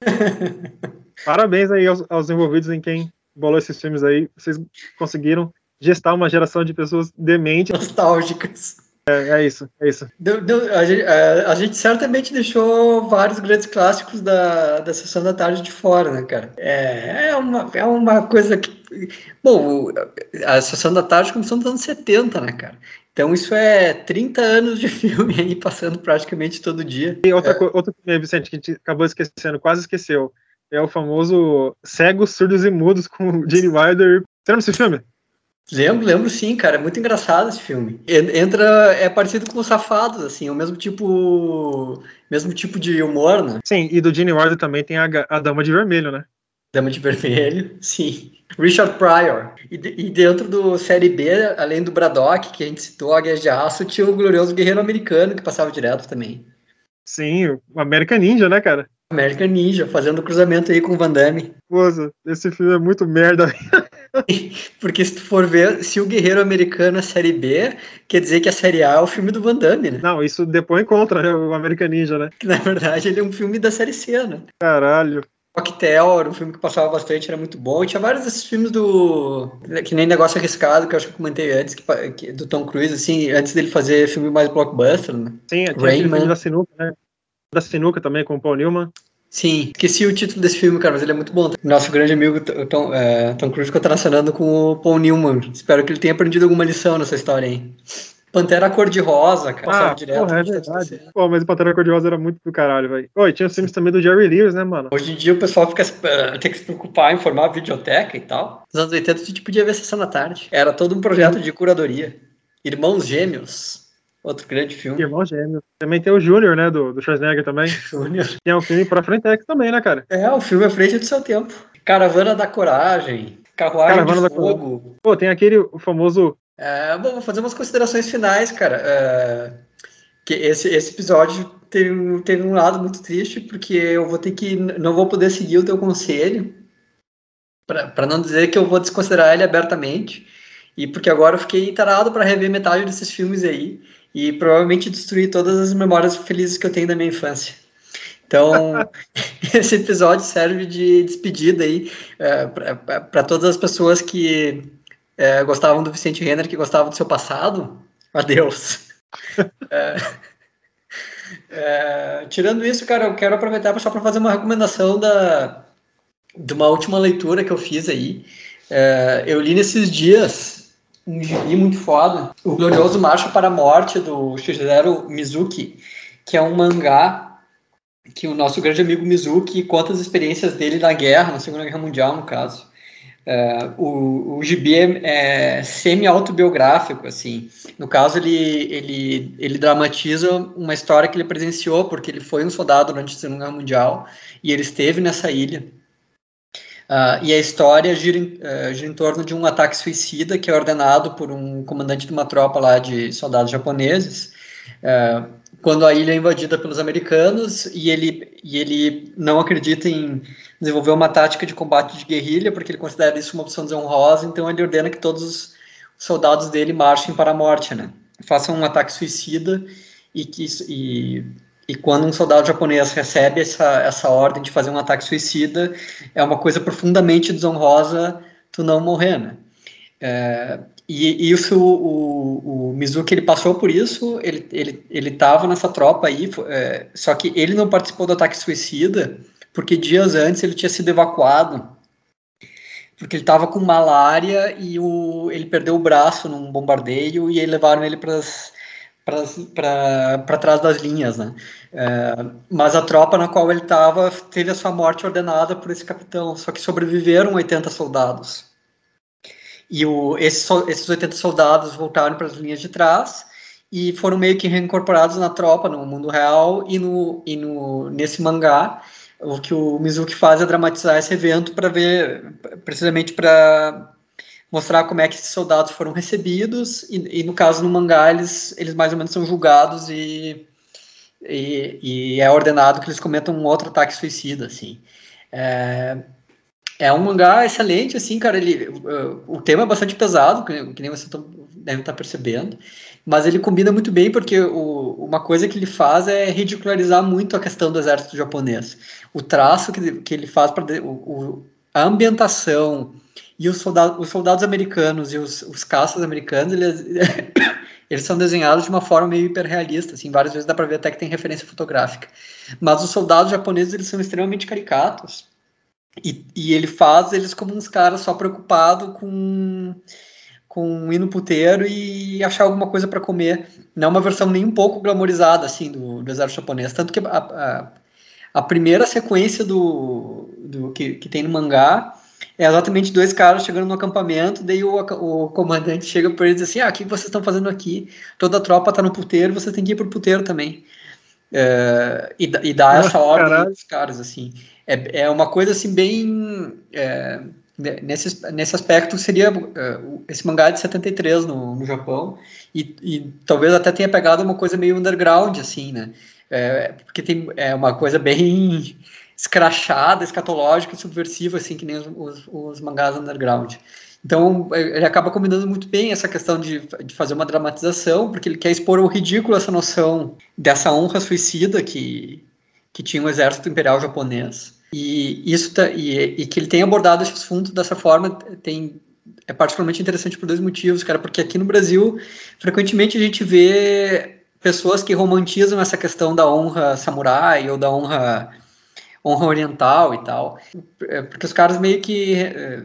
[SPEAKER 1] Parabéns aí aos, aos envolvidos em quem bolou esses filmes aí. Vocês conseguiram gestar uma geração de pessoas dementes.
[SPEAKER 2] Nostálgicas.
[SPEAKER 1] É, é isso, é isso.
[SPEAKER 2] Deu, deu, a, gente, a, a gente certamente deixou vários grandes clássicos da, da Sessão da Tarde de fora, né, cara? É, é, uma, é uma coisa que... Bom, a Sessão da Tarde começou nos anos setenta, né, cara? Então isso é trinta anos de filme aí, passando praticamente todo dia.
[SPEAKER 1] E outra,
[SPEAKER 2] é.
[SPEAKER 1] co- outro filme, Vicente, que a gente acabou esquecendo, quase esqueceu, é o famoso Cegos, Surdos e Mudos, com o Gene Wilder. Você lembra desse filme?
[SPEAKER 2] Lembro, lembro sim, cara. É muito engraçado esse filme. Entra, é parecido com Os Safados, assim, é o mesmo tipo, mesmo tipo de humor, né?
[SPEAKER 1] Sim, e do Gene Wilder também tem a, a Dama de Vermelho, né?
[SPEAKER 2] Dama de Vermelho, sim. Richard Pryor. E, e dentro do Série B, além do Braddock, que a gente citou, a Guerra de Aço, tinha o glorioso Guerreiro Americano, que passava direto também.
[SPEAKER 1] Sim, o American Ninja, né, cara?
[SPEAKER 2] American Ninja, fazendo cruzamento aí com o Van Damme.
[SPEAKER 1] Poxa, esse filme é muito merda.
[SPEAKER 2] Porque se tu for ver, se o Guerreiro Americano é Série B, quer dizer que a Série A é o filme do Van Damme, né?
[SPEAKER 1] Não, isso depois contra, né, o American Ninja, né?
[SPEAKER 2] Que na verdade ele é um filme da Série C, né?
[SPEAKER 1] Caralho.
[SPEAKER 2] Cocktail era um filme que passava bastante, era muito bom. E tinha vários desses filmes do... Que nem Negócio Arriscado, que eu acho que eu comentei antes, que, que, do Tom Cruise, assim, antes dele fazer filme mais blockbuster, né?
[SPEAKER 1] Sim, tinha aquele filme da Sinuca, né? Da Sinuca também, com o Paul Newman.
[SPEAKER 2] Sim, esqueci o título desse filme, cara, mas ele é muito bom. Nosso grande amigo Tom, é, Tom Cruise contracenando com o Paul Newman. Espero que ele tenha aprendido alguma lição nessa história aí. Pantera Cor-de-Rosa, cara. Passava
[SPEAKER 1] Ah,
[SPEAKER 2] direto.
[SPEAKER 1] porra, é verdade. Pô, mas o Pantera Cor-de-Rosa era muito do caralho, velho. Oi, tinha os filmes também do Jerry Lewis, né, mano?
[SPEAKER 2] Hoje em dia o pessoal fica, uh, tem que se preocupar em formar a videoteca e tal. Nos anos oitenta a gente podia ver Sessão da Tarde. Era todo um projeto de curadoria. Irmãos Gêmeos, outro grande filme.
[SPEAKER 1] Irmão Gêmeo. Também tem o Júnior, né, do, do Schwarzenegger também.
[SPEAKER 2] Júnior.
[SPEAKER 1] Que é um filme pra Frentex também, né, cara?
[SPEAKER 2] É, o filme à frente do seu tempo. Caravana da Coragem, Carruagem
[SPEAKER 1] Caravana
[SPEAKER 2] de
[SPEAKER 1] da
[SPEAKER 2] Fogo.
[SPEAKER 1] Pô, tem aquele o famoso...
[SPEAKER 2] É, bom, vou fazer umas considerações finais, cara. É, que esse, esse episódio teve, um- teve um lado muito triste, porque eu vou ter que... Não vou poder seguir o teu conselho, para não dizer que eu vou desconsiderar ele abertamente, e porque agora eu fiquei tarado para rever metade desses filmes aí, e provavelmente destruir todas as memórias felizes que eu tenho da minha infância. Então, esse episódio serve de despedida aí é, para todas as pessoas que é, gostavam do Vicente Renner, que gostavam do seu passado. Adeus. É, é, tirando isso, cara, eu quero aproveitar só para fazer uma recomendação da, de uma última leitura que eu fiz aí. É, eu li nesses dias um gibi muito foda, O Glorioso Marcha para a Morte, do Shigeru Mizuki, que é um mangá que o nosso grande amigo Mizuki conta as experiências dele na guerra, na Segunda Guerra Mundial, no caso. É, o, o gibi é, é semi-autobiográfico, assim. No caso, ele, ele, ele dramatiza uma história que ele presenciou, porque ele foi um soldado durante a Segunda Guerra Mundial, e ele esteve nessa ilha. Uh, e a história gira em, uh, gira em torno de um ataque suicida que é ordenado por um comandante de uma tropa lá de soldados japoneses, uh, quando a ilha é invadida pelos americanos, e ele, e ele não acredita em desenvolver uma tática de combate de guerrilha, porque ele considera isso uma opção desonrosa, então ele ordena que todos os soldados dele marchem para a morte, né? Façam um ataque suicida, e que e, E quando um soldado japonês recebe essa, essa ordem de fazer um ataque suicida, é uma coisa profundamente desonrosa tu não morrer, né? É, e isso, o, o Mizuki, ele passou por isso, ele ele ele estava nessa tropa aí, é, só que ele não participou do ataque suicida, porque dias antes ele tinha sido evacuado, porque ele estava com malária e o, ele perdeu o braço num bombardeio e aí levaram ele para para trás das linhas, né? É, mas a tropa na qual ele estava teve a sua morte ordenada por esse capitão, só que sobreviveram oitenta soldados. E o, esses, esses oitenta soldados voltaram para as linhas de trás e foram meio que reincorporados na tropa, no mundo real, e, no, e no, nesse mangá, o que o Mizuki faz é dramatizar esse evento para ver, precisamente para mostrar como é que esses soldados foram recebidos, e, e no caso, no mangá, eles, eles mais ou menos são julgados e, e, e é ordenado que eles cometam um outro ataque suicida, assim. É, é um mangá excelente, assim, cara, ele, uh, o tema é bastante pesado, que, que nem você tá, deve estar percebendo, mas ele combina muito bem, porque o, uma coisa que ele faz é ridicularizar muito a questão do exército japonês. O traço que, que ele faz para a ambientação e os soldados, os soldados americanos e os, os caças americanos, eles, eles são desenhados de uma forma meio hiperrealista, assim, várias vezes dá para ver até que tem referência fotográfica. Mas os soldados japoneses, eles são extremamente caricatos. E, e ele faz eles como uns caras só preocupados com, com ir no puteiro e achar alguma coisa para comer. Não é uma versão nem um pouco glamorizada, assim, do, do exército japonês. Tanto que a, a, a primeira sequência do, do que, que tem no mangá é exatamente dois caras chegando no acampamento, daí o, o comandante chega para eles e diz assim, ah, o que vocês estão fazendo aqui? Toda a tropa está no puteiro, vocês têm que ir pro puteiro também. É, e, e dá essa ordem dos caras, assim. É, é uma coisa, assim, bem... É, nesse, nesse aspecto, seria... Uh, esse mangá é de setenta e três no, no Japão, e, e talvez até tenha pegado uma coisa meio underground, assim, né? É, porque tem é uma coisa bem escrachada, escatológica e subversiva, assim, que nem os, os, os mangás underground. Então, ele acaba combinando muito bem essa questão de, de fazer uma dramatização, porque ele quer expor ao ridículo essa noção dessa honra suicida que, que tinha o exército imperial japonês. E, isso tá, e, e que ele tem abordado esse assunto dessa forma tem, é particularmente interessante por dois motivos, cara, porque aqui no Brasil, frequentemente a gente vê pessoas que romantizam essa questão da honra samurai ou da honra, honra oriental e tal, porque os caras meio que...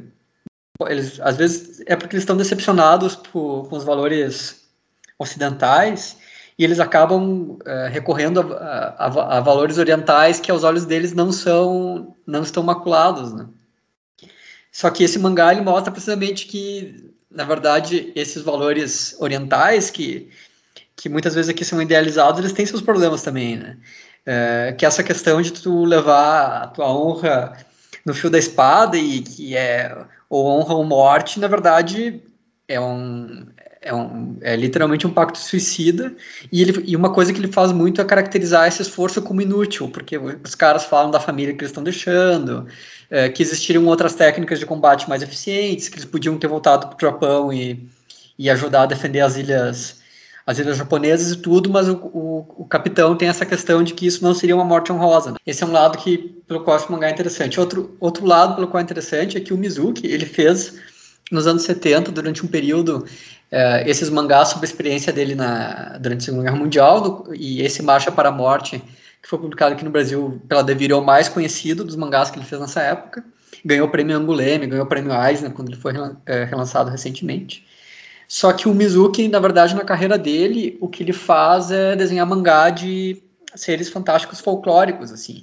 [SPEAKER 2] Eles, às vezes é porque eles estão decepcionados por, com os valores ocidentais e eles acabam uh, recorrendo a, a, a valores orientais que aos olhos deles não são, não estão maculados, né? Só que esse mangá ele mostra precisamente que na verdade, esses valores orientais que, que muitas vezes aqui são idealizados, eles têm seus problemas também, né? É, que essa questão de tu levar a tua honra no fio da espada e que é ou honra ou morte, na verdade, é um, é, um, é literalmente um pacto suicida, e, ele, e uma coisa que ele faz muito é caracterizar esse esforço como inútil, porque os caras falam da família que eles estão deixando, é, que existiriam outras técnicas de combate mais eficientes, que eles podiam ter voltado para o Japão e, e ajudar a defender as ilhas as ilhas japonesas e tudo, mas o, o, o capitão tem essa questão de que isso não seria uma morte honrosa, né? Esse é um lado que, pelo qual esse mangá é interessante. Outro, outro lado pelo qual é interessante é que o Mizuki, ele fez, nos anos setenta, durante um período, é, esses mangás sobre a experiência dele na, durante a Segunda Guerra Mundial, no, e esse Marcha para a Morte, que foi publicado aqui no Brasil pela Devir, é o mais conhecido dos mangás que ele fez nessa época. Ganhou o prêmio Angoulême, ganhou o prêmio Eisner, quando ele foi é, relançado recentemente. Só que o Mizuki, na verdade, na carreira dele, o que ele faz é desenhar mangá de seres fantásticos folclóricos, assim,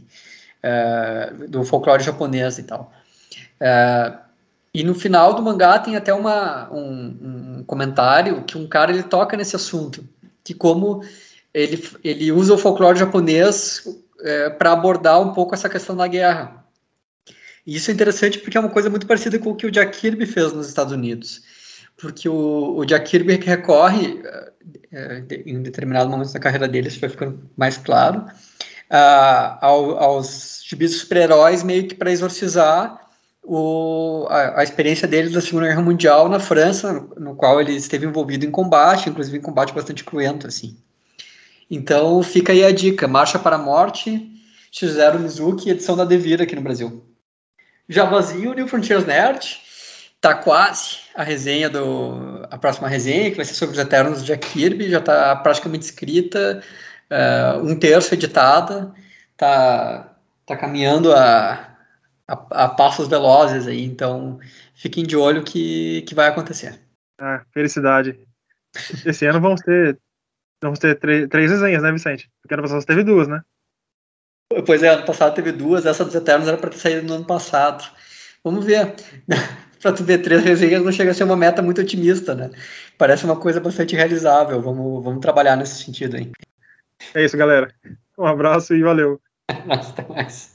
[SPEAKER 2] é, do folclore japonês e tal. É, e no final do mangá tem até uma, um, um comentário que um cara ele toca nesse assunto, que como ele, ele usa o folclore japonês é, para abordar um pouco essa questão da guerra. E isso é interessante porque é uma coisa muito parecida com o que o Jack Kirby fez nos Estados Unidos. Porque o, o Jack Kirby recorre, é, em determinado momento da carreira dele, isso vai ficando mais claro, a, ao, aos gibis de super-heróis meio que para exorcizar o, a, a experiência dele da Segunda Guerra Mundial na França, no, no qual ele esteve envolvido em combate, inclusive em combate bastante cruento, assim. Então fica aí a dica, Marcha para a Morte, X zero Mizuki, edição da Devir aqui no Brasil. Javazinho, New Frontiers Nerd, tá quase a resenha do... a próxima resenha, que vai ser sobre os Eternos de Jack Kirby, já tá praticamente escrita, uh, um terço editada, tá, tá caminhando a, a, a passos velozes aí, então fiquem de olho que, que vai acontecer.
[SPEAKER 1] Ah, felicidade. Esse ano vamos ter, vamos ter três, três resenhas, né, Vicente? Porque ano passado teve duas, né?
[SPEAKER 2] Pois é, ano passado teve duas, essa dos Eternos era para ter saído no ano passado. Vamos ver. Para tu ver, três resenhas não chega a ser uma meta muito otimista, né? Parece uma coisa bastante realizável. Vamos, vamos trabalhar nesse sentido aí.
[SPEAKER 1] É isso, galera. Um abraço e valeu.
[SPEAKER 2] Até mais.